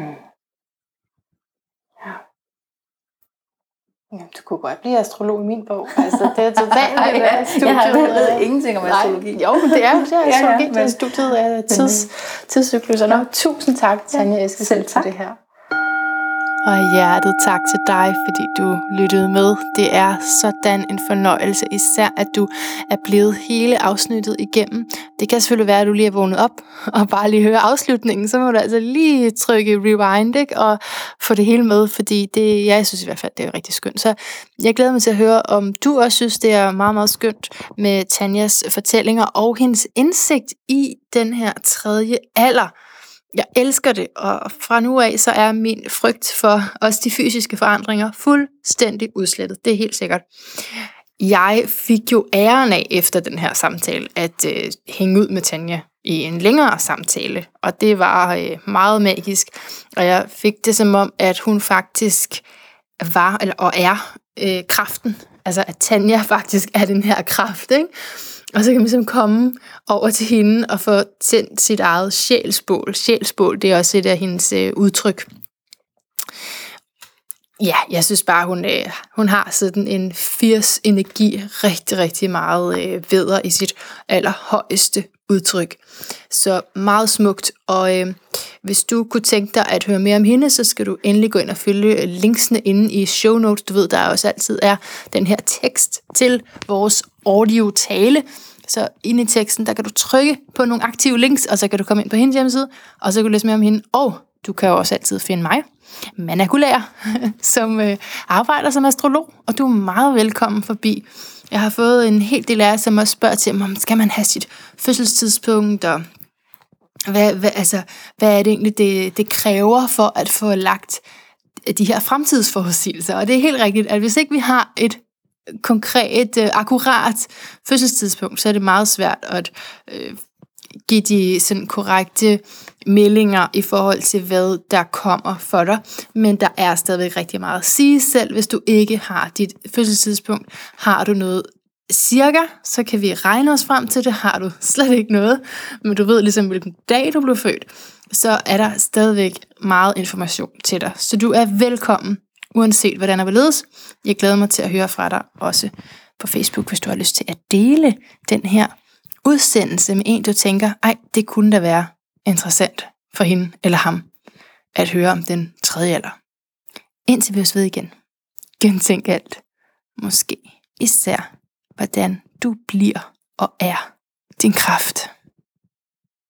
Speaker 3: Ja. Jamen, du kunne godt blive astrolog i min bog. Altså, det er totalt det der studiet.
Speaker 2: Jeg ved ingenting om astrologi.
Speaker 3: Nej, jo, men det er jo det er astrologi. Ja, ja, det er studiet af tids, tidscykluser. Nå, tusind tak, Tanja Eskesen, for det her.
Speaker 1: Og hjertet tak til dig, fordi du lyttede med. Det er sådan en fornøjelse, især at du er blevet hele afsnittet igennem. Det kan selvfølgelig være, at du lige er vågnet op og bare lige høre afslutningen. Så må du altså lige trykke rewind, ikke? Og få det hele med, fordi det, jeg synes i hvert fald, det er rigtig skønt. Så jeg glæder mig til at høre, om du også synes, det er meget, meget skønt med Tanjas fortællinger og hendes indsigt i den her tredje alder. Jeg elsker det, og fra nu af, så er min frygt for også de fysiske forandringer fuldstændig udslettet. Det er helt sikkert. Jeg fik jo æren af efter den her samtale, at øh, hænge ud med Tanja i en længere samtale, og det var øh, meget magisk. Og jeg fik det som om, at hun faktisk var, eller, og er øh, kraften. Altså, at Tanja faktisk er den her kraft, ikke? Og så kan man ligesom komme over til hende og få tændt sit eget sjælsbål. Sjælsbål, det er også et af hendes øh, udtryk. Ja, jeg synes bare, hun, øh, hun har sådan en firs energi, rigtig, rigtig meget øh, vædder i sit allerhøjeste udtryk. Så meget smukt, og øh, hvis du kunne tænke dig at høre mere om hende, så skal du endelig gå ind og følge linksene inde i show notes. Du ved, der også altid er den her tekst til vores audio-tale. Så inde i teksten, der kan du trykke på nogle aktive links, og så kan du komme ind på hendes hjemmeside, og så kan du læse mere om hende. Og Du kan jo også altid finde mig, Manna Guldager, som øh, arbejder som astrolog, og du er meget velkommen forbi. Jeg har fået en hel del af jer, som også spørger til, om skal man have sit fødselstidspunkt, og hvad, hvad, altså, hvad er det egentlig, det, det kræver for at få lagt de her fremtidsforudsigelser. Og det er helt rigtigt, at hvis ikke vi har et konkret, øh, akkurat fødselstidspunkt, så er det meget svært at øh, give de sådan korrekte meldinger i forhold til, hvad der kommer for dig. Men der er stadigvæk rigtig meget at sige selv. Hvis du ikke har dit fødselstidspunkt, har du noget cirka, så kan vi regne os frem til det. Har du slet ikke noget, men du ved ligesom, hvilken dag du blev født, så er der stadigvæk meget information til dig. Så du er velkommen, uanset hvordan der vil ledes. Jeg glæder mig til at høre fra dig, også på Facebook, hvis du har lyst til at dele den her udsendelse med en, du tænker, ej, det kunne da være interessant for hende eller ham at høre om den tredje alder. Indtil vi os ved igen. Gentænk alt. Måske især, hvordan du bliver og er din kraft.